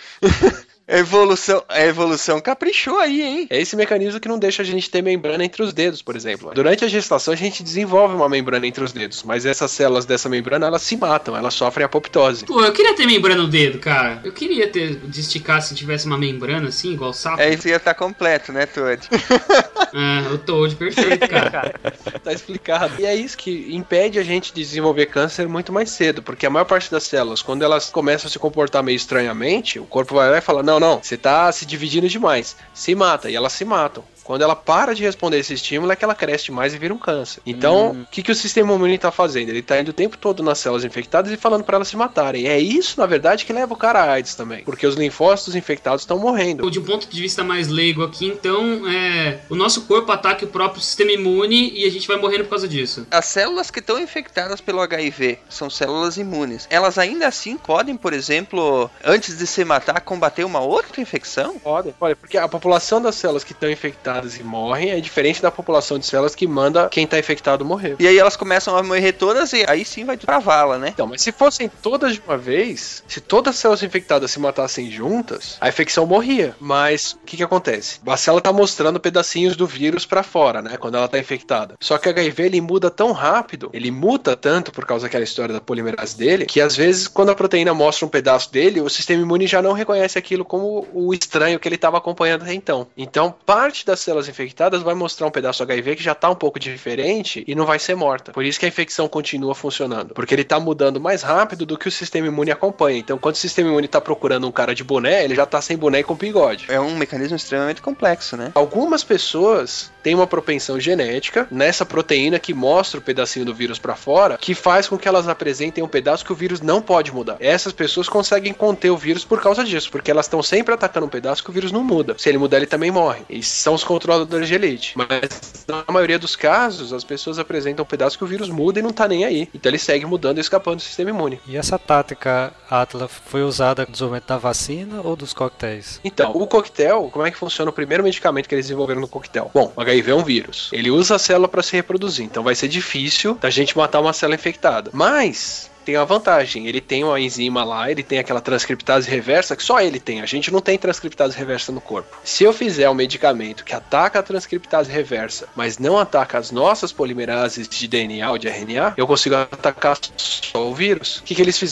A evolução, a evolução caprichou aí, hein? É esse mecanismo que não deixa a gente ter membrana entre os dedos, por exemplo. Durante a gestação, a gente desenvolve uma membrana entre os dedos, mas essas células dessa membrana, elas se matam, elas sofrem apoptose. Pô, eu queria ter membrana no dedo, cara. Eu queria ter, de esticar se tivesse uma membrana assim, igual o sapo. Aí você ia estar completo, né, Toad? Ah, o Toad, perfeito, cara. Tá explicado. E é isso que impede a gente de desenvolver câncer muito mais cedo, porque a maior parte das células, quando elas começam a se comportar meio estranhamente, o corpo vai lá e fala, não, não, você tá se dividindo demais, se mata, e elas se matam. Quando ela para de responder esse estímulo é que ela cresce mais e vira um câncer. Então, o hum. que, que o sistema imune tá fazendo? Ele tá indo o tempo todo nas células infectadas e falando para elas se matarem. É isso, na verdade, que leva o cara a AIDS também. Porque os linfócitos infectados estão morrendo. De um ponto de vista mais leigo aqui, então, é, o nosso corpo ataca o próprio sistema imune e a gente vai morrendo por causa disso. As células que estão infectadas pelo H I V são células imunes. Elas ainda assim podem, por exemplo, antes de se matar, combater uma outra infecção? Podem, podem. Porque a população das células que estão infectadas e morrem é diferente da população de células que manda quem tá infectado morrer. E aí elas começam a morrer todas e aí sim vai pra vala, né? Então, mas se fossem todas de uma vez, se todas as células infectadas se matassem juntas, a infecção morria. Mas o que que acontece? A célula tá mostrando pedacinhos do vírus pra fora, né? Quando ela tá infectada. Só que o H I V, ele muda tão rápido, ele muta tanto por causa daquela história da polimerase dele, que às vezes quando a proteína mostra um pedaço dele, o sistema imune já não reconhece aquilo como o estranho que ele tava acompanhando até então. Então, parte das células infectadas vai mostrar um pedaço H I V que já tá um pouco diferente e não vai ser morta. Por isso que a infecção continua funcionando. Porque ele tá mudando mais rápido do que o sistema imune acompanha. Então, quando o sistema imune tá procurando um cara de boné, ele já tá sem boné e com bigode. É um mecanismo extremamente complexo, né? Algumas pessoas têm uma propensão genética nessa proteína que mostra o pedacinho do vírus pra fora, que faz com que elas apresentem um pedaço que o vírus não pode mudar. Essas pessoas conseguem conter o vírus por causa disso, porque elas estão sempre atacando um pedaço que o vírus não muda. Se ele mudar, ele também morre. E são os controladores de elite. Mas na maioria dos casos, as pessoas apresentam um pedaço que o vírus muda e não tá nem aí. Então ele segue mudando e escapando do sistema imune. E essa tática, Atlas, foi usada no desenvolvimento da vacina ou dos coquetéis? Então, o coquetel, como é que funciona o primeiro medicamento que eles desenvolveram no coquetel? Bom, o H I V é um vírus. Ele usa a célula para se reproduzir, então vai ser difícil da gente matar uma célula infectada. Mas tem uma vantagem, ele tem uma enzima lá, ele tem aquela transcriptase reversa que só ele tem, a gente não tem transcriptase reversa no corpo. Se eu fizer um medicamento que ataca a transcriptase reversa, mas não ataca as nossas polimerases de D N A ou de R N A, eu consigo atacar só o vírus. O que que eles fizeram?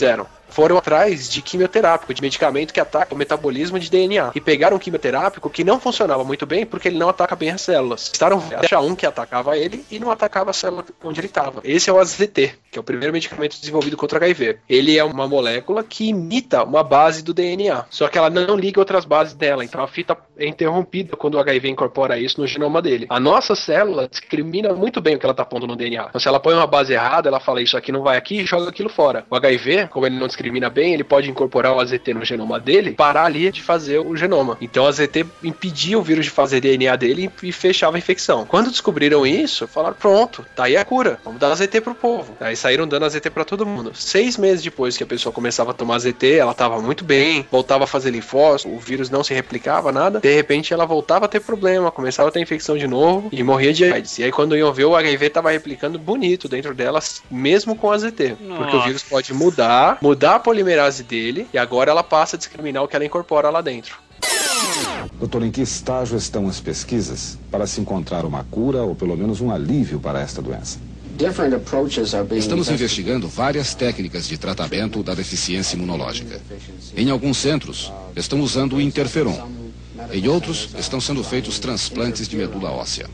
foram atrás de quimioterápico, de medicamento que ataca o metabolismo de D N A. E pegaram um quimioterápico que não funcionava muito bem porque ele não ataca bem as células. Testaram achar um que atacava ele e não atacava a célula onde ele estava. Esse é o A Z T, que é o primeiro medicamento desenvolvido contra H I V. Ele é uma molécula que imita uma base do D N A, só que ela não liga outras bases dela, então a fita é interrompida quando o H I V incorpora isso no genoma dele. A nossa célula discrimina muito bem o que ela está pondo no D N A. Então se ela põe uma base errada, ela fala isso aqui não vai aqui e joga aquilo fora. O H I V, como ele não discrimina bem, ele pode incorporar o A Z T no genoma dele, parar ali de fazer o genoma. Então o A Z T impedia o vírus de fazer D N A dele e fechava a infecção. Quando descobriram isso, falaram, pronto, tá aí a cura, vamos dar A Z T pro povo. Aí saíram dando A Z T pra todo mundo. Seis meses depois que a pessoa começava a tomar A Z T, ela tava muito bem, voltava a fazer linfócito, o vírus não se replicava, nada. De repente ela voltava a ter problema, começava a ter infecção de novo e morria de AIDS. E aí quando iam ver, o H I V tava replicando bonito dentro dela, mesmo com A Z T. Nossa. Porque o vírus pode mudar, mudar a polimerase dele e agora ela passa a discriminar o que ela incorpora lá dentro. Doutor, em que estágio estão as pesquisas para se encontrar uma cura ou pelo menos um alívio para esta doença? Estamos investigando várias técnicas de tratamento da deficiência imunológica. Em alguns centros, estão usando o interferon. Em outros, estão sendo feitos transplantes de medula óssea.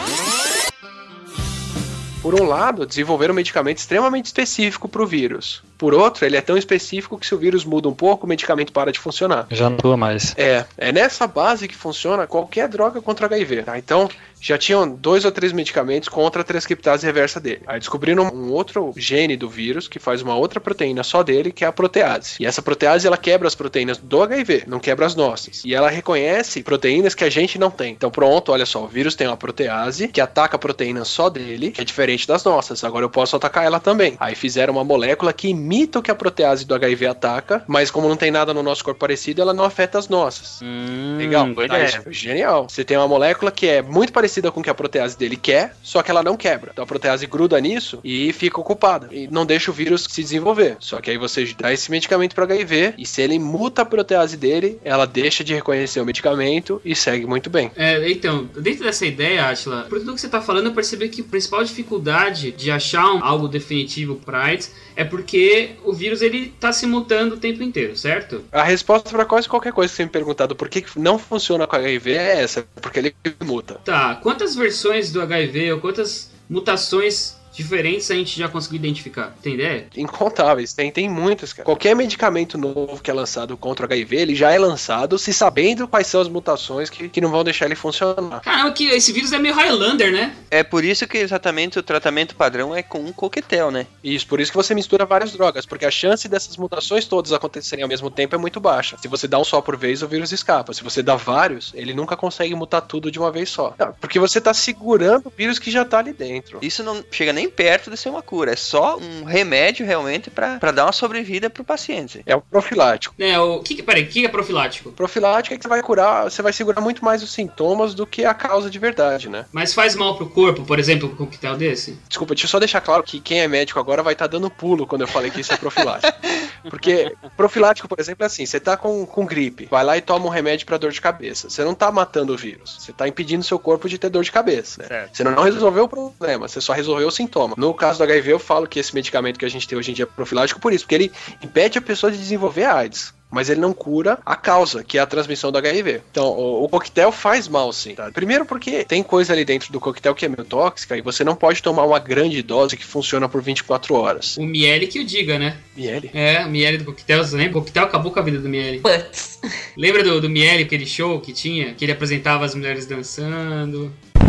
Por um lado, desenvolveram um medicamento extremamente específico para o vírus. Por outro, ele é tão específico que se o vírus muda um pouco, o medicamento para de funcionar. Já não atua mais. É, é nessa base que funciona qualquer droga contra H I V. Tá? Então, já tinham dois ou três medicamentos contra a transcriptase reversa dele. Aí descobriram um outro gene do vírus que faz uma outra proteína só dele, que é a protease. E essa protease, ela quebra as proteínas do H I V, não quebra as nossas. E ela reconhece proteínas que a gente não tem. Então pronto, olha só, o vírus tem uma protease que ataca a proteína só dele, que é diferente das nossas. Agora eu posso atacar ela também. Aí fizeram uma molécula que imita o que a protease do H I V ataca, mas como não tem nada no nosso corpo parecido, ela não afeta as nossas. Hum, Legal, tá, isso é genial. Você tem uma molécula que é muito parecida com o que a protease dele quer, só que ela não quebra. Então a protease gruda nisso e fica ocupada. E não deixa o vírus se desenvolver. Só que aí você dá esse medicamento para H I V e se ele muta a protease dele, ela deixa de reconhecer o medicamento e segue muito bem. É, então, dentro dessa ideia, Atila, por tudo que você tá falando, eu percebi que a principal dificuldade de achar um, algo definitivo para AIDS é porque o vírus ele tá se mutando o tempo inteiro, certo? A resposta para quase qualquer coisa que você me perguntar do porquê que não funciona com H I V é essa, porque ele muta. Tá, quantas versões do H I V ou quantas mutações diferentes a gente já conseguiu identificar? Tem ideia? Incontáveis, tem, tem muitas, cara. Qualquer medicamento novo que é lançado contra o H I V, ele já é lançado se sabendo quais são as mutações que, que não vão deixar ele funcionar. Caramba, que esse vírus é meio Highlander, né? É por isso que exatamente o tratamento padrão é com um coquetel, né? Isso, por isso que você mistura várias drogas, porque a chance dessas mutações todas acontecerem ao mesmo tempo é muito baixa. Se você dá um só por vez, o vírus escapa. Se você dá vários, ele nunca consegue mutar tudo de uma vez só. Não, porque você tá segurando o vírus que já tá ali dentro. Isso não chega nem perto de ser uma cura, é só um remédio realmente pra, pra dar uma sobrevida pro paciente. É o profilático. É, o que, peraí, o que é profilático? Profilático é que você vai curar, você vai segurar muito mais os sintomas do que a causa de verdade, né? Mas faz mal pro corpo, por exemplo, um coquetel desse? Desculpa, deixa eu só deixar claro que quem é médico agora vai estar tá dando pulo quando eu falei que isso é profilático. Porque profilático, por exemplo, é assim, você tá com, com gripe, vai lá e toma um remédio pra dor de cabeça. Você não tá matando o vírus, você tá impedindo seu corpo de ter dor de cabeça, né? Certo. Você não resolveu o problema, você só resolveu o sintoma. No caso do H I V, eu falo que esse medicamento que a gente tem hoje em dia é profilático por isso, porque ele impede a pessoa de desenvolver a AIDS, mas ele não cura a causa, que é a transmissão do H I V. Então, o, o coquetel faz mal, sim. Tá? Primeiro porque tem coisa ali dentro do coquetel que é meio tóxica e você não pode tomar uma grande dose que funciona por vinte e quatro horas. O miele que o diga, né? Miele? É, o miele do coquetel, você lembra? O coquetel acabou com a vida do miele. Putz. Lembra do, do miele, aquele show que tinha? Que ele apresentava as mulheres dançando...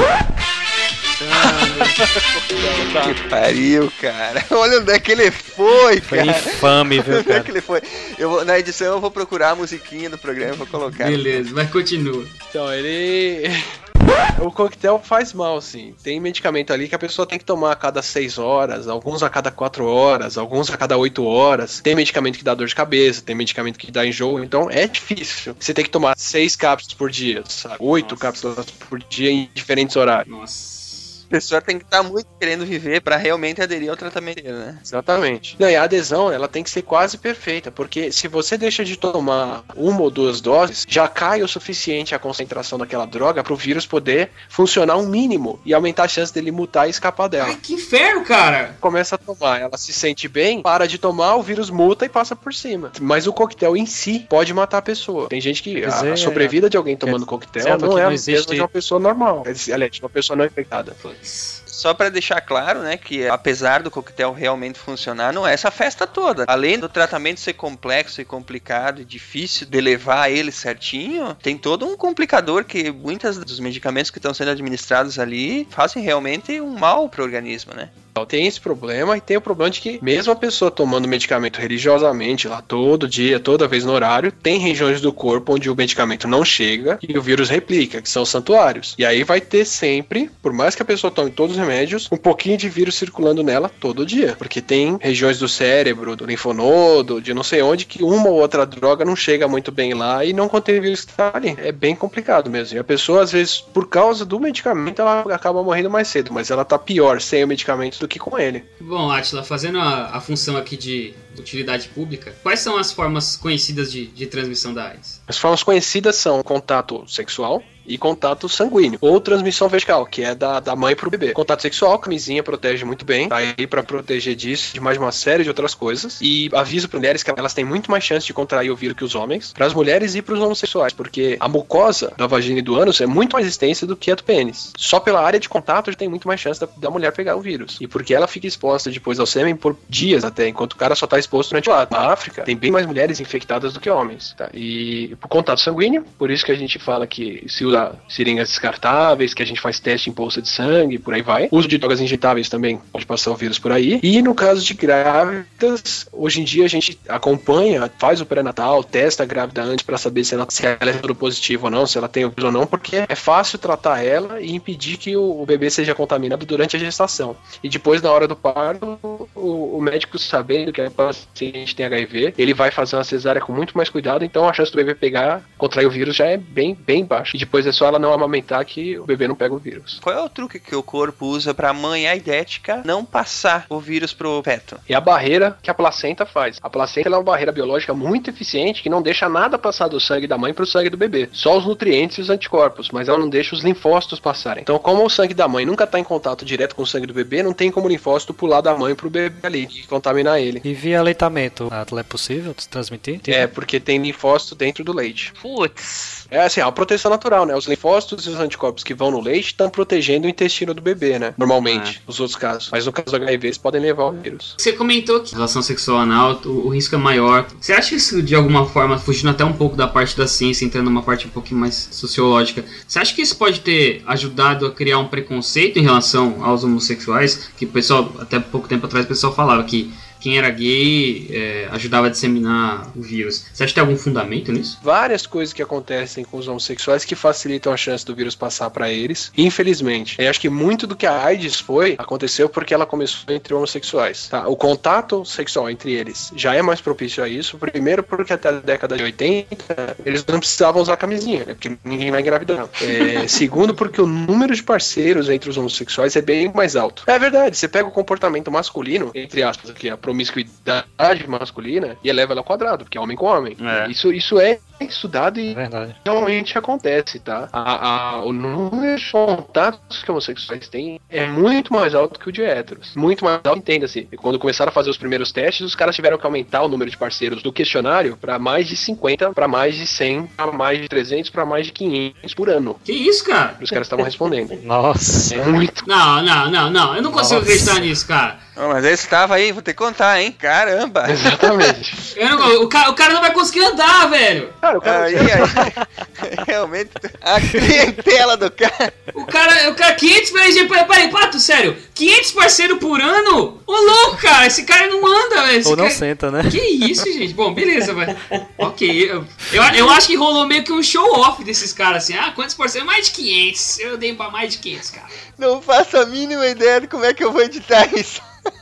Que pariu, cara. Olha onde é que ele foi, foi cara. Foi infame, viu, cara. Onde é que ele foi? Eu vou, na edição eu vou procurar a musiquinha do programa e vou colocar. Beleza, mas continua. Então, ele... O coquetel faz mal, sim. Tem medicamento ali que a pessoa tem que tomar a cada seis horas, alguns a cada quatro horas, alguns a cada oito horas. Tem medicamento que dá dor de cabeça, tem medicamento que dá enjoo, então é difícil. Você tem que tomar seis cápsulas por dia, sabe? Oito cápsulas por dia em diferentes horários. Nossa. A pessoa tem que estar muito querendo viver pra realmente aderir ao tratamento dele, né? Exatamente. Não, e a adesão, ela tem que ser quase perfeita, porque se você deixa de tomar uma ou duas doses, já cai o suficiente a concentração daquela droga pro vírus poder funcionar um mínimo e aumentar a chance dele mutar e escapar dela. Ai, que inferno, cara! Começa a tomar, ela se sente bem, para de tomar, o vírus muta e passa por cima. Mas o coquetel em si pode matar a pessoa. Tem gente que a, a sobrevida de alguém tomando coquetel não é a mesma de uma pessoa normal. Aliás, de uma pessoa não infectada. Só pra deixar claro, né, que apesar do coquetel realmente funcionar, não é essa festa toda. Além do tratamento ser complexo e complicado e difícil de levar ele certinho, tem todo um complicador que muitos dos medicamentos que estão sendo administrados ali fazem realmente um mal pro organismo, né? Tem esse problema e tem o problema de que mesmo a pessoa tomando medicamento religiosamente lá todo dia, toda vez no horário, tem regiões do corpo onde o medicamento não chega e o vírus replica, que são os santuários. E aí vai ter sempre, por mais que a pessoa tome todos os remédios, um pouquinho de vírus circulando nela todo dia. Porque tem regiões do cérebro, do linfonodo, de não sei onde, que uma ou outra droga não chega muito bem lá e não contém o vírus que está ali. É bem complicado mesmo. E a pessoa, às vezes, por causa do medicamento, ela acaba morrendo mais cedo, mas ela tá pior sem o medicamento do que com ele. Bom, Átila, fazendo a, a função aqui de utilidade pública, quais são as formas conhecidas de, de transmissão da AIDS? As formas conhecidas são contato sexual e contato sanguíneo, ou transmissão vertical, que é da, da mãe pro bebê. Contato sexual, camisinha protege muito bem, tá aí pra proteger disso, de mais uma série de outras coisas, e aviso para mulheres que elas têm muito mais chance de contrair o vírus que os homens, para as mulheres e para os homossexuais, porque a mucosa da vagina e do ânus é muito mais extensa do que a do pênis. Só pela área de contato já tem muito mais chance da, da mulher pegar o vírus, e porque ela fica exposta depois ao sêmen por dias até, enquanto o cara só tá exposto durante o ato. Na África, tem bem mais mulheres infectadas do que homens, tá? E por contato sanguíneo, por isso que a gente fala que se usa seringas descartáveis, que a gente faz teste em bolsa de sangue, por aí vai. Uso de drogas injetáveis também pode passar o vírus por aí. E no caso de grávidas, hoje em dia a gente acompanha, faz o pré-natal, testa a grávida antes para saber se ela, se ela é soro positivo ou não, se ela tem o vírus ou não, porque é fácil tratar ela e impedir que o, o bebê seja contaminado durante a gestação. E depois, na hora do parto, o, o médico, sabendo que a paciente tem H I V, ele vai fazer uma cesárea com muito mais cuidado, então a chance do bebê pegar, contrair o vírus já é bem, bem baixa. E depois é só ela não amamentar que o bebê não pega o vírus. Qual é o truque que o corpo usa pra mãe aidética não passar o vírus pro feto? É a barreira que a placenta faz. A placenta ela é uma barreira biológica muito eficiente que não deixa nada passar do sangue da mãe pro sangue do bebê. Só os nutrientes e os anticorpos, mas ela não deixa os linfócitos passarem. Então, como o sangue da mãe nunca tá em contato direto com o sangue do bebê, não tem como o linfócito pular da mãe pro bebê ali e contaminar ele. E via aleitamento, é possível transmitir? É, porque tem linfócito dentro do leite. Putz. É assim, é uma proteção natural, né? Os linfócitos e os anticorpos que vão no leite estão protegendo o intestino do bebê, né? Normalmente, nos outros casos. Mas no caso do H I V, eles podem levar o vírus. Você comentou que relação sexual anal, o, o risco é maior. Você acha que isso, de alguma forma, fugindo até um pouco da parte da ciência, entrando numa parte um pouquinho mais sociológica, você acha que isso pode ter ajudado a criar um preconceito em relação aos homossexuais? Que o pessoal, até pouco tempo atrás, o pessoal falava que quem era gay é, ajudava a disseminar o vírus. Você acha que tem algum fundamento nisso? Várias coisas que acontecem com os homossexuais que facilitam a chance do vírus passar pra eles, infelizmente. Eu acho que muito do que a AIDS foi, aconteceu porque ela começou entre homossexuais. Tá? O contato sexual entre eles já é mais propício a isso. Primeiro porque até a década de oitenta eles não precisavam usar camisinha, né? Porque ninguém vai engravidar. É, segundo porque o número de parceiros entre os homossexuais é bem mais alto. É verdade, você pega o comportamento masculino, entre aspas, aqui, a promiscuidade masculina e eleva ela ao quadrado, porque é homem com homem. É. Isso, isso é estudado e verdade. Realmente acontece, tá? A, a, o número de contatos que homossexuais têm é muito mais alto que o de héteros. Muito mais alto, entenda-se. E quando começaram a fazer os primeiros testes, os caras tiveram que aumentar o número de parceiros do questionário para mais de cinquenta, para mais de cem, para mais de trezentos, para mais de quinhentos por ano. Que isso, cara? Os caras estavam respondendo. Nossa. É muito. Não, não, não, não. Eu não consigo Nossa. acreditar nisso, cara. Oh, mas esse estava aí, vou ter que contar, hein? Caramba! Exatamente. Eu não, o, cara, o cara não vai conseguir andar, velho! Cara, o cara aí, aí, realmente, a clientela do cara. O cara, o cara, quinhentos, peraí, peraí, peraí, Pato, sério, quinhentos parceiros por ano? Ô louco, cara, esse cara não anda, velho. Ou não cara... senta, né? Que isso, gente? Bom, beleza, vai. Ok, eu, eu, eu acho que rolou meio que um show-off desses caras, assim, ah, quantos parceiros? Mais de quinhentos, eu dei pra mais de quinhentos, cara. Não faço a mínima ideia de como é que eu vou editar isso.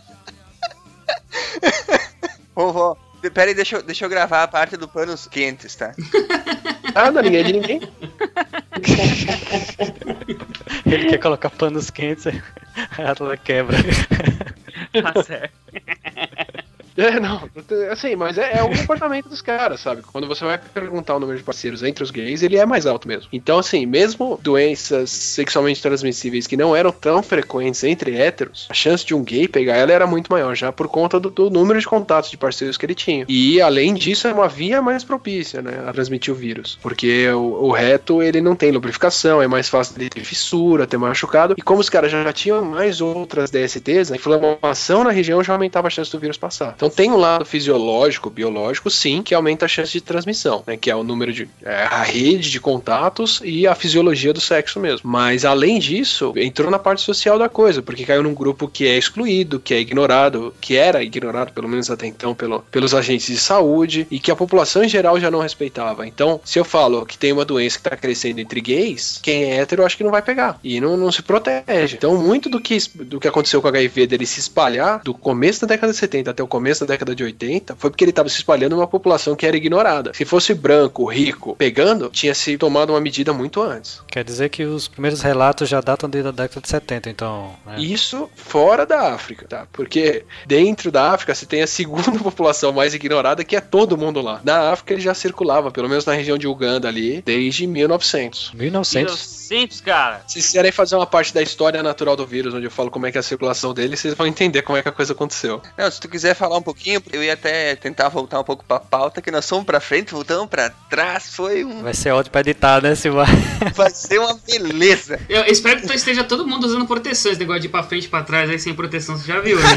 Vovó, pera aí, deixa eu, deixa eu gravar a parte do panos quentes, tá? Nada, ninguém é de ninguém. ele quer colocar panos quentes, aí ela quebra. Tá certo. É, não, assim, mas é, é o comportamento dos caras, sabe? Quando você vai perguntar o número de parceiros entre os gays, ele é mais alto mesmo. Então, assim, mesmo doenças sexualmente transmissíveis que não eram tão frequentes entre héteros, a chance de um gay pegar ela era muito maior, já por conta do, do número de contatos de parceiros que ele tinha. E, além disso, é uma via mais propícia, né, a transmitir o vírus. Porque o, o reto, ele não tem lubrificação, é mais fácil de ter fissura, ter machucado. E como os caras já, já tinham mais outras D S Ts, a inflamação na região já aumentava a chance do vírus passar. Então tem um lado fisiológico, biológico, sim, que aumenta a chance de transmissão, né? Que é o número de... É, a rede de contatos e a fisiologia do sexo mesmo. Mas, além disso, entrou na parte social da coisa, porque caiu num grupo que é excluído, que é ignorado, que era ignorado, pelo menos até então, pelo, pelos agentes de saúde, e que a população em geral já não respeitava. Então, se eu falo que tem uma doença que tá crescendo entre gays, quem é hétero, eu acho que não vai pegar. E não, não se protege. Então, muito do que, do que aconteceu com o H I V, dele se espalhar, do começo da década de setenta até o começo da década de oitenta, foi porque ele estava se espalhando em uma população que era ignorada. Se fosse branco, rico, pegando, tinha se tomado uma medida muito antes. Quer dizer que os primeiros relatos já datam desde a década de setenta, então... Né? Isso fora da África, tá? Porque dentro da África você tem a segunda população mais ignorada, que é todo mundo lá. Na África ele já circulava, pelo menos na região de Uganda ali, desde mil e novecentos. mil e novecentos? mil e novecentos, cara. Se vocês quiserem fazer uma parte da história natural do vírus, onde eu falo como é que é a circulação dele, vocês vão entender como é que a coisa aconteceu. Não, se tu quiser falar um pouquinho, eu ia até tentar voltar um pouco pra pauta, que nós fomos pra frente, voltamos pra trás, foi um... Vai ser ótimo pra editar, né, Silva? Vai ser uma beleza. Eu espero que esteja todo mundo usando proteção, esse negócio de ir pra frente e pra trás aí sem proteção, você já viu, né?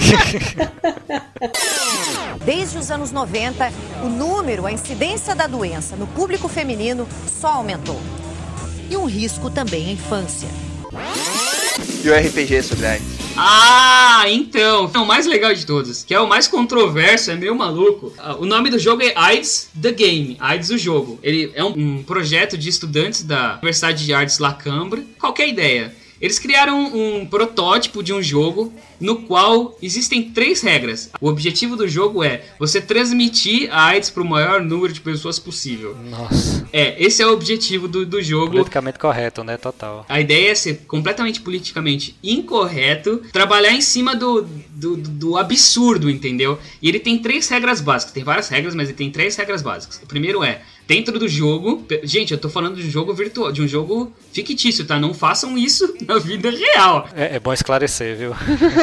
Desde os anos noventa, o número, a incidência da doença no público feminino só aumentou. E um risco também à infância. E o R P G sobre AIDS? Ah, então, é o mais legal de todos, que é o mais controverso, é meio maluco. O nome do jogo é AIDS The Game, AIDS o jogo. Ele é um, um projeto de estudantes da Universidade de Artes La Cambre. Qual que é a ideia? Eles criaram um, um protótipo de um jogo no qual existem três regras. O objetivo do jogo é você transmitir a AIDS para o maior número de pessoas possível. Nossa. É, esse é o objetivo do, do jogo. Politicamente correto, né? Total. A ideia é ser completamente politicamente incorreto, trabalhar em cima do, do, do absurdo, entendeu? E ele tem três regras básicas. Tem várias regras, mas ele tem três regras básicas. O primeiro é, dentro do jogo... Gente, eu tô falando de um jogo virtual, de um jogo fictício, tá? Não façam isso na vida real. É, é bom esclarecer, viu?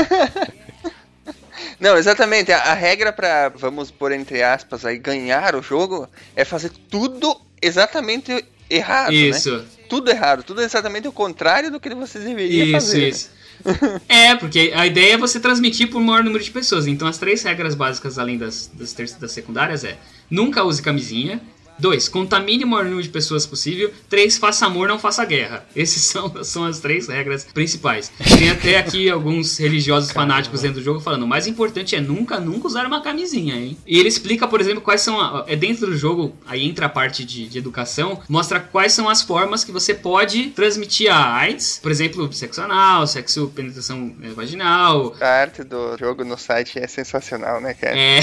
Não, exatamente. A, a regra pra, vamos pôr entre aspas aí, ganhar o jogo é fazer tudo exatamente errado, isso. Né? Tudo errado, tudo exatamente o contrário do que você deveria isso, fazer. Isso, isso. É, porque a ideia é você transmitir para o maior número de pessoas. Então as três regras básicas, além das, das, terças, das secundárias, é: nunca use camisinha. Dois, contamine o maior número de pessoas possível. Três, faça amor, não faça guerra. Essas são, são as três regras principais. Tem até aqui alguns religiosos Caramba. fanáticos dentro do jogo falando: o mais importante é nunca, nunca usar uma camisinha, hein? E ele explica, por exemplo, quais são... A, é dentro do jogo, aí entra a parte de, de educação, mostra quais são as formas que você pode transmitir a AIDS. Por exemplo, sexo anal, sexo penetração vaginal. A arte do jogo no site é sensacional, né, cara? É,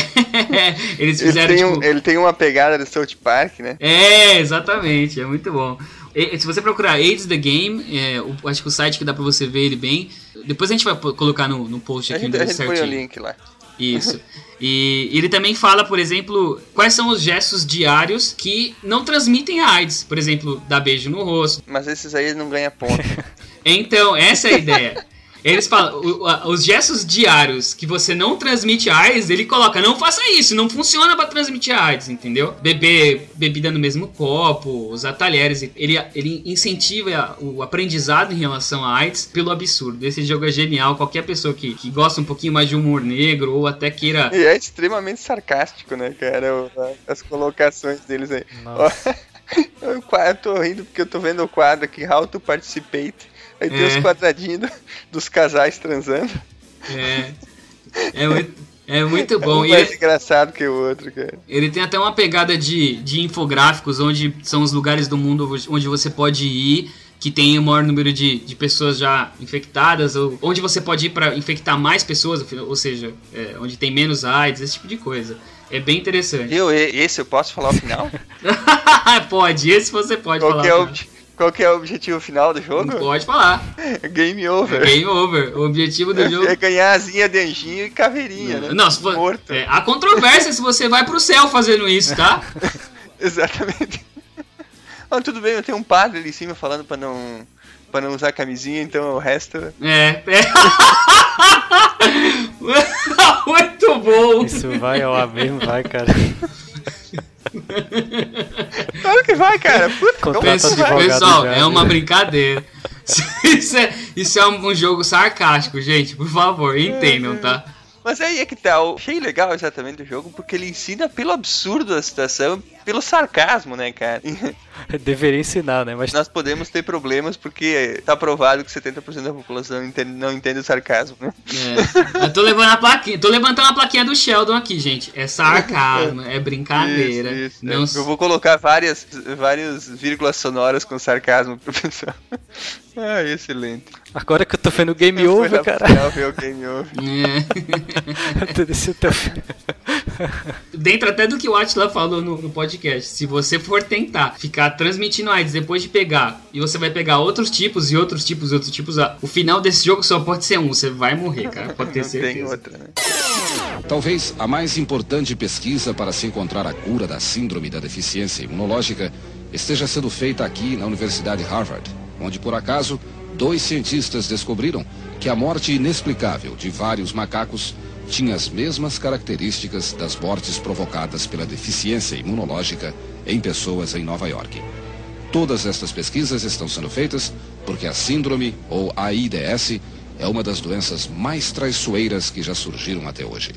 eles fizeram, ele tem, tipo... um, ele tem uma pegada do South Park. Né? É, exatamente, é muito bom. E, se você procurar AIDS The Game, é, o, acho que o site que dá pra você ver ele bem. Depois a gente vai colocar no, no post aqui. A gente, a gente põe o link lá. Isso. E ele também fala, por exemplo, quais são os gestos diários que não transmitem a AIDS. Por exemplo, dar beijo no rosto. Mas esses aí não ganham ponto. Então, essa é a ideia. Eles falam, o, a, os gestos diários que você não transmite a AIDS, ele coloca: não faça isso, não funciona pra transmitir a AIDS, entendeu? Beber bebida no mesmo copo, usar talheres, ele, ele incentiva o aprendizado em relação a AIDS pelo absurdo. Esse jogo é genial, qualquer pessoa que, que gosta um pouquinho mais de humor negro ou até queira... E é extremamente sarcástico, né, cara, as colocações deles aí. Nossa. Eu, eu tô rindo porque eu tô vendo o quadro aqui, How to Participate. Aí tem é. os quadradinhos do, dos casais transando. É. É muito, é muito bom. Um mais ele, engraçado que o outro, cara. Ele tem até uma pegada de, de infográficos, onde são os lugares do mundo onde você pode ir, que tem o maior número de, de pessoas já infectadas, ou onde você pode ir para infectar mais pessoas, ou seja, é, onde tem menos AIDS, esse tipo de coisa. É bem interessante. Eu, esse eu posso falar ao final? Pode, esse você pode qual falar. Que é o, Qual que é o objetivo final do jogo? Não pode falar. Game over. É game over. O objetivo do jogo é ganhar asinha de anjinho e caveirinha, não, né? Não, se for... Morto. É, há controvérsia se você vai pro céu fazendo isso, tá? Exatamente. Ah, tudo bem, eu tenho um padre ali em cima falando pra não, pra não usar camisinha, então o resto... É, é. Muito bom. Isso vai ao ar mesmo, vai, cara. Claro que vai, cara. Puta, pessoal, já, é uma brincadeira. Isso é, isso é um, um jogo sarcástico, gente. Por favor, entendam, tá? Mas aí é que tá, eu achei legal exatamente o jogo, porque ele ensina pelo absurdo da situação, pelo sarcasmo, né, cara? Deveria ensinar, né? Mas nós podemos ter problemas porque tá provado que setenta por cento da população entende, não entende o sarcasmo, né? É. Eu tô levando a plaquinha, tô levantando a plaquinha do Sheldon aqui, gente. É sarcasmo, é brincadeira. Isso, isso, não... é. Eu vou colocar várias, várias vírgulas sonoras com sarcasmo pro pessoal. Ah, excelente. Agora que eu tô vendo o Game eu Over, cara. Ver o Game Over. É. Dentro até do que o Atila falou no, no podcast. Se você for tentar ficar transmitindo AIDS depois de pegar, e você vai pegar outros tipos e outros tipos e outros tipos, o final desse jogo só pode ser um. Você vai morrer, cara. Pode ter certeza. Tem outra, né? Talvez a mais importante pesquisa para se encontrar a cura da síndrome da deficiência imunológica esteja sendo feita aqui na Universidade Harvard, onde, por acaso, dois cientistas descobriram que a morte inexplicável de vários macacos tinha as mesmas características das mortes provocadas pela deficiência imunológica em pessoas em Nova York. Todas estas pesquisas estão sendo feitas porque a síndrome, ou AIDS, é uma das doenças mais traiçoeiras que já surgiram até hoje.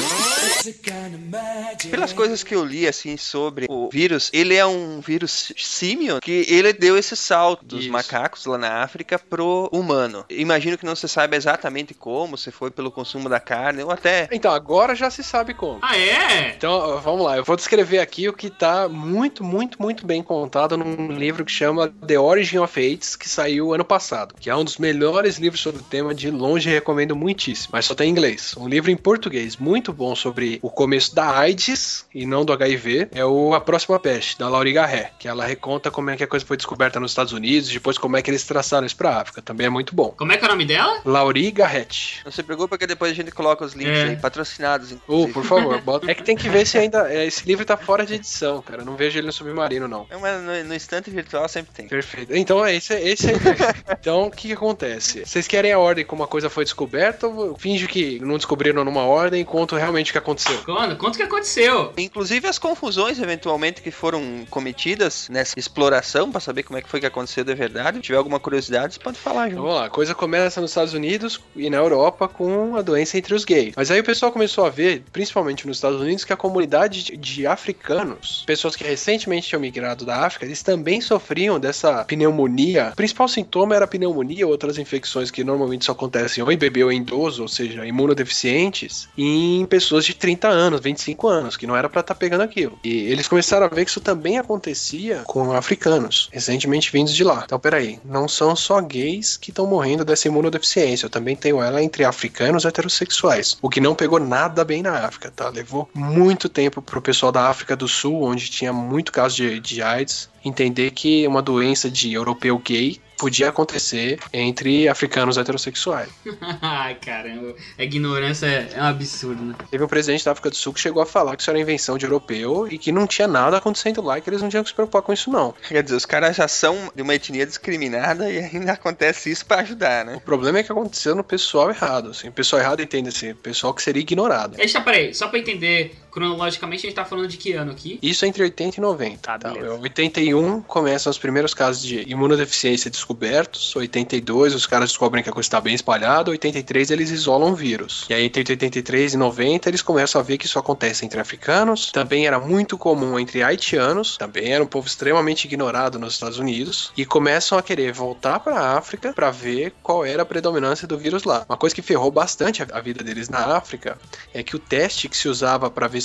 Pelas coisas que eu li assim sobre o vírus, ele é um vírus símio que ele deu esse salto dos Isso. macacos lá na África pro humano. Imagino que não se saiba exatamente como, se foi pelo consumo da carne ou até... Então, agora já se sabe como. Ah, é? Então, vamos lá. Eu vou descrever aqui o que tá muito, muito, muito bem contado num livro que chama The Origin of AIDS, que saiu ano passado, que é um dos melhores livros sobre o tema, de longe recomendo muitíssimo, mas só tem em inglês. Um livro em português muito bom sobre o começo da AIDS e não do H I V, é o A Próxima Peste, da Laurie Garrett, que ela reconta como é que a coisa foi descoberta nos Estados Unidos e depois como é que eles traçaram isso pra África. Também é muito bom. Como é que é o nome dela? Laurie Garrett. Não se preocupa porque depois a gente coloca os links é. aí, patrocinados. Oh, por favor, bota. É que tem que ver se ainda... Esse livro tá fora de edição, cara. Eu não vejo ele no Submarino, não. É, mas no, no estante virtual sempre tem. Perfeito. Então, é esse, esse aí. Então, o que que acontece? Vocês querem a ordem como a coisa foi descoberta ou finge que não descobriram numa ordem e conto realmente o que aconteceu? Conta, conta o que aconteceu. Inclusive as confusões, eventualmente, que foram cometidas nessa exploração pra saber como é que foi que aconteceu de verdade. Se tiver alguma curiosidade, você pode falar, João. Vamos lá. A coisa começa nos Estados Unidos e na Europa com a doença entre os gays. Mas aí o pessoal começou a ver, principalmente nos Estados Unidos, que a comunidade de, de africanos, pessoas que recentemente tinham migrado da África, eles também sofriam dessa pneumonia. O principal sintoma era a pneumonia, outras infecções que normalmente só acontecem ou em bebê ou em idoso, ou seja, imunodeficientes, em pessoas de trinta anos, vinte e cinco anos, que não era pra estar tá pegando aquilo. E eles começaram a ver que isso também acontecia com africanos, recentemente vindos de lá. Então, peraí, não são só gays que estão morrendo dessa imunodeficiência, eu também tenho ela entre africanos heterossexuais, o que não pegou nada bem na África, tá? Levou muito tempo pro pessoal da África do Sul, onde tinha muito caso de, de AIDS, entender que uma doença de europeu gay podia acontecer entre africanos heterossexuais. Ai, caramba. A ignorância é um absurdo, né? Teve um presidente da África do Sul que chegou a falar que isso era invenção de europeu e que não tinha nada acontecendo lá e que eles não tinham que se preocupar com isso, não. Quer dizer, os caras já são de uma etnia discriminada e ainda acontece isso pra ajudar, né? O problema é que aconteceu no pessoal errado, assim. O pessoal errado entende assim, o pessoal que seria ignorado. Deixa, peraí, só pra entender cronologicamente, a gente tá falando de que ano aqui? Isso é entre oitenta e noventa. Ah, tá? oitenta e um começam os primeiros casos de imunodeficiência descobertos, oitenta e dois os caras descobrem que a coisa está bem espalhada, oitenta e três eles isolam o vírus. E aí entre oitenta e três e noventa eles começam a ver que isso acontece entre africanos, também era muito comum entre haitianos, também era um povo extremamente ignorado nos Estados Unidos, e começam a querer voltar para a África para ver qual era a predominância do vírus lá. Uma coisa que ferrou bastante a vida deles na África é que o teste que se usava para ver se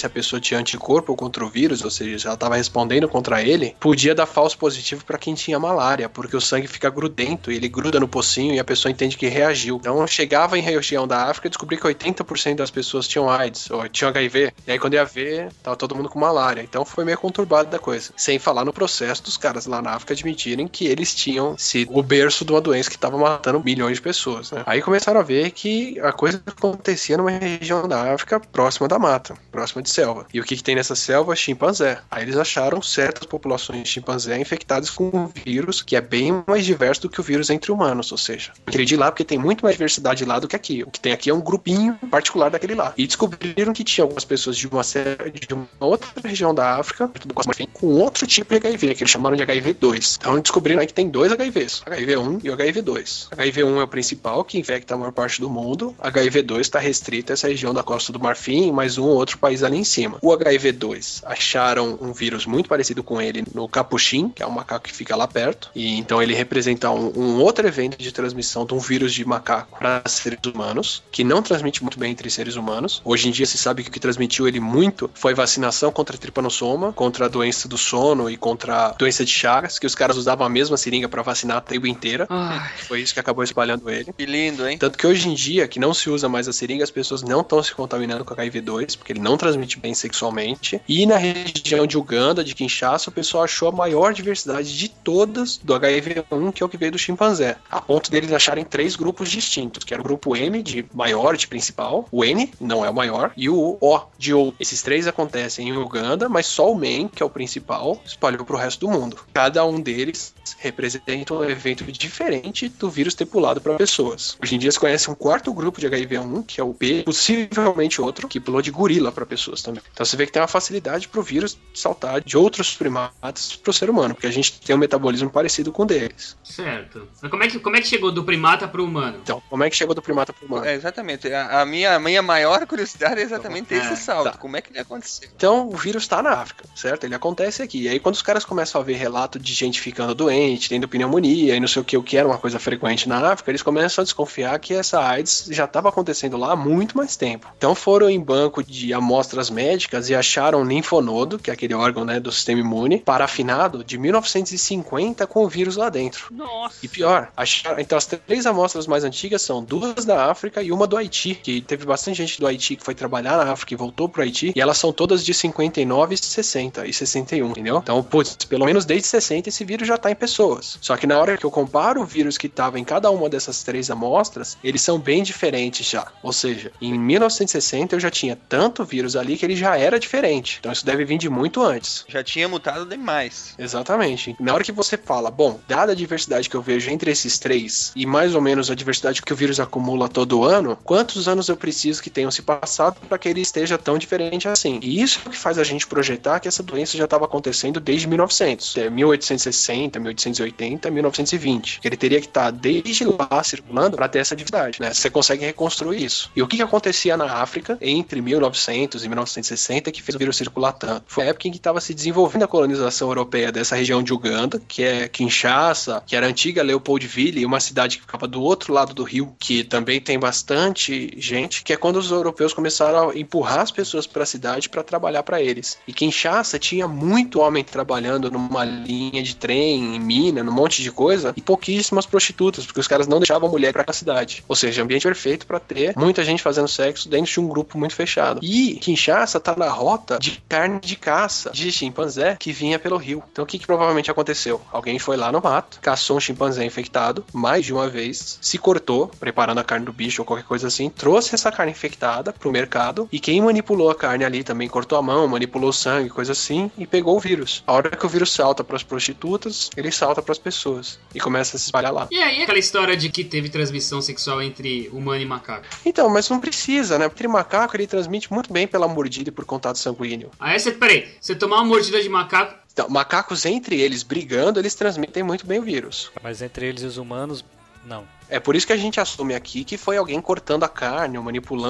se a pessoa tinha anticorpo contra o vírus, ou seja, ela estava respondendo contra ele, podia dar falso positivo para quem tinha malária, porque o sangue fica grudento e ele gruda no pocinho e a pessoa entende que reagiu. Então chegava em região da África e descobri que oitenta por cento das pessoas tinham AIDS ou tinham H I V, e aí quando ia ver, tava todo mundo com malária. Então foi meio conturbado da coisa. Sem falar no processo dos caras lá na África admitirem que eles tinham sido o berço de uma doença que estava matando milhões de pessoas, né? Aí começaram a ver que a coisa acontecia numa região da África próxima da mata, próxima de selva. E o que, que tem nessa selva? Chimpanzé. Aí eles acharam certas populações de chimpanzé infectadas com um vírus que é bem mais diverso do que o vírus entre humanos, ou seja, aquele de lá, porque tem muito mais diversidade lá do que aqui. O que tem aqui é um grupinho particular daquele lá. E descobriram que tinha algumas pessoas de uma, de uma outra região da África com outro tipo de H I V, que eles chamaram de H I V dois. Então descobriram aí que tem dois H I Vs, H I V um e o H I V dois. H I V um é o principal, que infecta a maior parte do mundo. H I V dois está restrito a essa região da Costa do Marfim, mais um ou outro país ali em cima. O H I V dois, acharam um vírus muito parecido com ele no capuchin, que é um macaco que fica lá perto, e então ele representa um, um outro evento de transmissão de um vírus de macaco para seres humanos, que não transmite muito bem entre seres humanos. Hoje em dia se sabe que o que transmitiu ele muito foi vacinação contra a tripanossoma, contra a doença do sono e contra a doença de Chagas, que os caras usavam a mesma seringa para vacinar a tribo inteira. Ai. Foi isso que acabou espalhando ele. Que lindo, hein? Tanto que hoje em dia, que não se usa mais a seringa, as pessoas não estão se contaminando com H I V dois, porque ele não transmite bem sexualmente. E na região de Uganda, de Kinshasa, o pessoal achou a maior diversidade de todas do H I V um, que é o que veio do chimpanzé. A ponto deles acharem três grupos distintos, que era o grupo M, de maior, de principal, o N, não é o maior, e o O, de ou. Esses três acontecem em Uganda, mas só o M, que é o principal, espalhou pro resto do mundo. Cada um deles representa um evento diferente do vírus ter pulado para pessoas. Hoje em dia se conhece um quarto grupo de H I V um, que é o P, possivelmente outro, que pulou de gorila para pessoas também. Então você vê que tem uma facilidade pro vírus saltar de outros primatas pro ser humano, porque a gente tem um metabolismo parecido com o deles. Certo. Mas como é que, como é que chegou do primata pro humano? Então, como é que chegou do primata pro humano? É, exatamente. A, a, minha, a minha maior curiosidade é exatamente então, esse é, salto. Tá. Como é que ele aconteceu? Então, o vírus tá na África, certo? Ele acontece aqui. E aí, quando os caras começam a ver relato de gente ficando doente, tendo pneumonia e não sei o que, o que era uma coisa frequente na África, eles começam a desconfiar que essa AIDS já estava acontecendo lá há muito mais tempo. Então, foram em banco de amostras médicas e acharam um linfonodo, que é aquele órgão, né, do sistema imune, parafinado de mil novecentos e cinquenta com o vírus lá dentro. Nossa! E pior, acharam, então as três amostras mais antigas são duas da África e uma do Haiti, que teve bastante gente do Haiti que foi trabalhar na África e voltou pro Haiti, e elas são todas de cinquenta e nove, sessenta e sessenta e um, entendeu? Então, putz, pelo menos desde sessenta esse vírus já tá em pessoas. Só que na hora que eu comparo o vírus que tava em cada uma dessas três amostras, eles são bem diferentes já. Ou seja, em mil novecentos e sessenta eu já tinha tanto vírus ali que ele já era diferente. Então isso deve vir de muito antes. Já tinha mutado demais. Exatamente. Na hora que você fala, bom, dada a diversidade que eu vejo entre esses três e mais ou menos a diversidade que o vírus acumula todo ano, quantos anos eu preciso que tenham se passado para que ele esteja tão diferente assim? E isso é o que faz a gente projetar que essa doença já estava acontecendo desde mil e novecentos. É mil oitocentos e sessenta, mil oitocentos e oitenta, mil novecentos e vinte. Ele teria que estar desde lá circulando para ter essa diversidade, né? Você consegue reconstruir isso. E o que, que acontecia na África entre mil e novecentos e mil novecentos e sessenta que fez o vírus circular tanto? Foi a época em que estava se desenvolvendo a colonização europeia dessa região de Uganda, que é Kinshasa, que era a antiga Leopoldville, uma cidade que ficava do outro lado do rio, que também tem bastante gente, que é quando os europeus começaram a empurrar as pessoas para a cidade para trabalhar para eles. E Kinshasa tinha muito homem trabalhando numa linha de trem, em mina, num monte de coisa, e pouquíssimas prostitutas, porque os caras não deixavam mulher para a cidade. Ou seja, ambiente perfeito para ter muita gente fazendo sexo dentro de um grupo muito fechado. E Kinshasa tá na rota de carne de caça de chimpanzé que vinha pelo rio. Então o que, que provavelmente aconteceu? Alguém foi lá no mato, caçou um chimpanzé infectado mais de uma vez, se cortou, preparando a carne do bicho ou qualquer coisa assim, trouxe essa carne infectada pro mercado, e quem manipulou a carne ali também cortou a mão, manipulou o sangue, coisa assim, e pegou o vírus. A hora que o vírus salta pras prostitutas, ele salta pras pessoas e começa a se espalhar lá. E aí aquela história de que teve transmissão sexual entre humano e macaco? Então, mas não precisa, né? Entre macaco ele transmite muito bem pela mordida e por contato sanguíneo. Aí você, peraí, você tomar uma mordida de macaco... Então, macacos entre eles brigando, eles transmitem muito bem o vírus. Mas entre eles e os humanos, não. É por isso que a gente assume aqui que foi alguém cortando a carne ou manipulando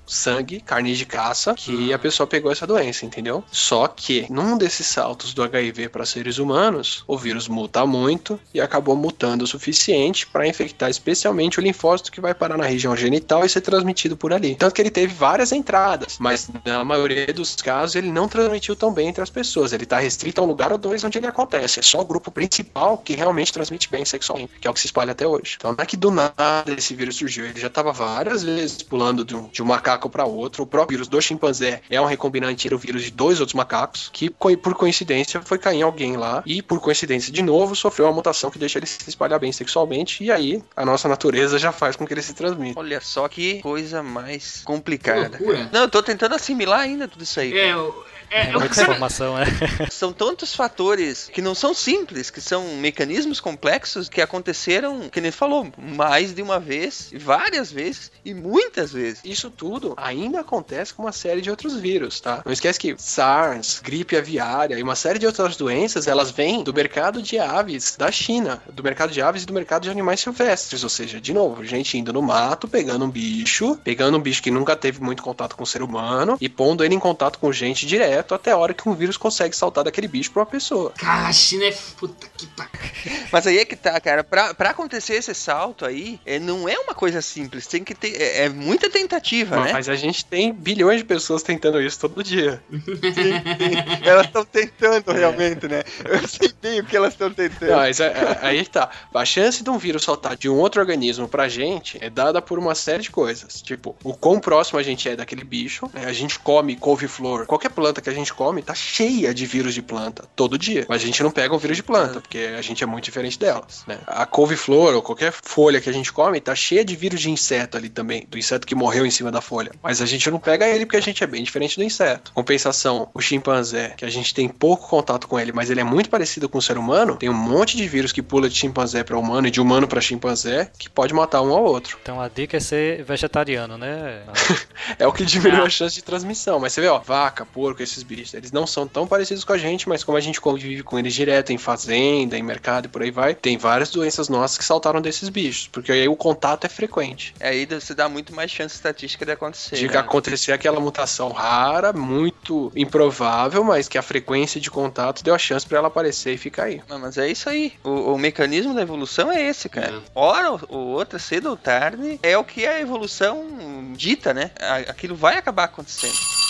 sangue, carne de caça, que a pessoa pegou essa doença, entendeu? Só que, num desses saltos do H I V para seres humanos, o vírus muta muito e acabou mutando o suficiente para infectar especialmente o linfócito que vai parar na região genital e ser transmitido por ali. Tanto que ele teve várias entradas, mas na maioria dos casos ele não transmitiu tão bem entre as pessoas. Ele está restrito a um lugar ou dois onde ele acontece. É só o grupo principal que realmente transmite bem sexualmente, que é o que se espalha até hoje. Então não é que do nada esse vírus surgiu. Ele já estava várias vezes pulando de um, de um macaco para outro. O próprio vírus do chimpanzé é um recombinante do vírus de dois outros macacos, que por coincidência foi cair em alguém lá e por coincidência de novo sofreu uma mutação que deixa ele se espalhar bem sexualmente, e aí a nossa natureza já faz com que ele se transmita. Olha só que coisa mais complicada. Que loucura. Não, eu tô tentando assimilar ainda tudo isso aí. É, eu... É, é muita informação, né? São tantos fatores que não são simples, que são mecanismos complexos que aconteceram, que nem falou, mais de uma vez, várias vezes e muitas vezes. Isso tudo ainda acontece com uma série de outros vírus, tá? Não esquece que SARS, gripe aviária e uma série de outras doenças, elas vêm do mercado de aves da China, do mercado de aves e do mercado de animais silvestres, ou seja, de novo, gente indo no mato, pegando um bicho, pegando um bicho que nunca teve muito contato com o ser humano e pondo ele em contato com gente direto até a hora que um vírus consegue saltar daquele bicho pra uma pessoa. Cara, a China é puta que pariu. Mas aí é que tá, cara. Pra, pra acontecer esse salto aí, é, não é uma coisa simples. Tem que ter. É, é muita tentativa, mas, né? Mas a gente tem bilhões de pessoas tentando isso todo dia. Sim, sim. Elas estão tentando realmente, né? Eu sei bem o que elas estão tentando. Não, mas é, é, aí tá. A chance de um vírus saltar de um outro organismo pra gente é dada por uma série de coisas. Tipo, o quão próximo a gente é daquele bicho, né? A gente come couve-flor. Qualquer planta que a gente come tá cheia de vírus de planta todo dia, mas a gente não pega um vírus de planta, porque a gente é muito diferente delas, né? A couve-flor ou qualquer folha que a gente come tá cheia de vírus de inseto ali também, do inseto que morreu em cima da folha, mas a gente não pega ele porque a gente é bem diferente do inseto. Compensação, o chimpanzé, que a gente tem pouco contato com ele, mas ele é muito parecido com o ser humano, tem um monte de vírus que pula de chimpanzé para humano e de humano para chimpanzé, que pode matar um ao outro. Então a dica é ser vegetariano, né? É o que diminui a chance de transmissão, mas você vê, ó, vaca, porco, esses bichos, eles não são tão parecidos com a gente, mas como a gente convive com eles direto em fazenda, em mercado e por aí vai, tem várias doenças nossas que saltaram desses bichos, porque aí o contato é frequente. Aí você dá muito mais chance estatística de acontecer. De né? acontecer aquela mutação rara, muito improvável, mas que a frequência de contato deu a chance pra ela aparecer e ficar aí. Não, mas é isso aí. O, o mecanismo da evolução é esse, cara. É. Ora ou outra, cedo ou tarde, é o que a evolução dita, né? Aquilo vai acabar acontecendo.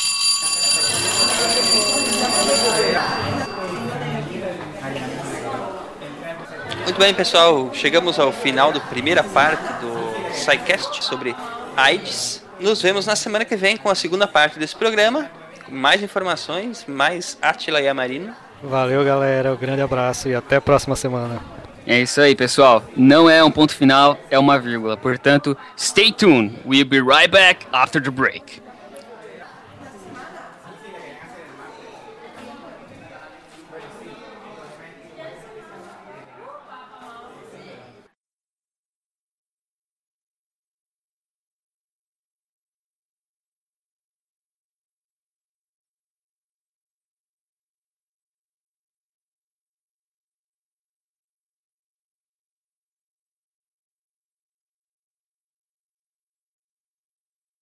Muito bem, pessoal, chegamos ao final da primeira parte do SciCast sobre AIDS. Nos vemos na semana que vem com a segunda parte desse programa, com mais informações, mais Átila Yamarino. Valeu, galera, um grande abraço e até a próxima semana. É isso aí, pessoal. Não é um ponto final, é uma vírgula. Portanto, stay tuned. We'll be right back after the break.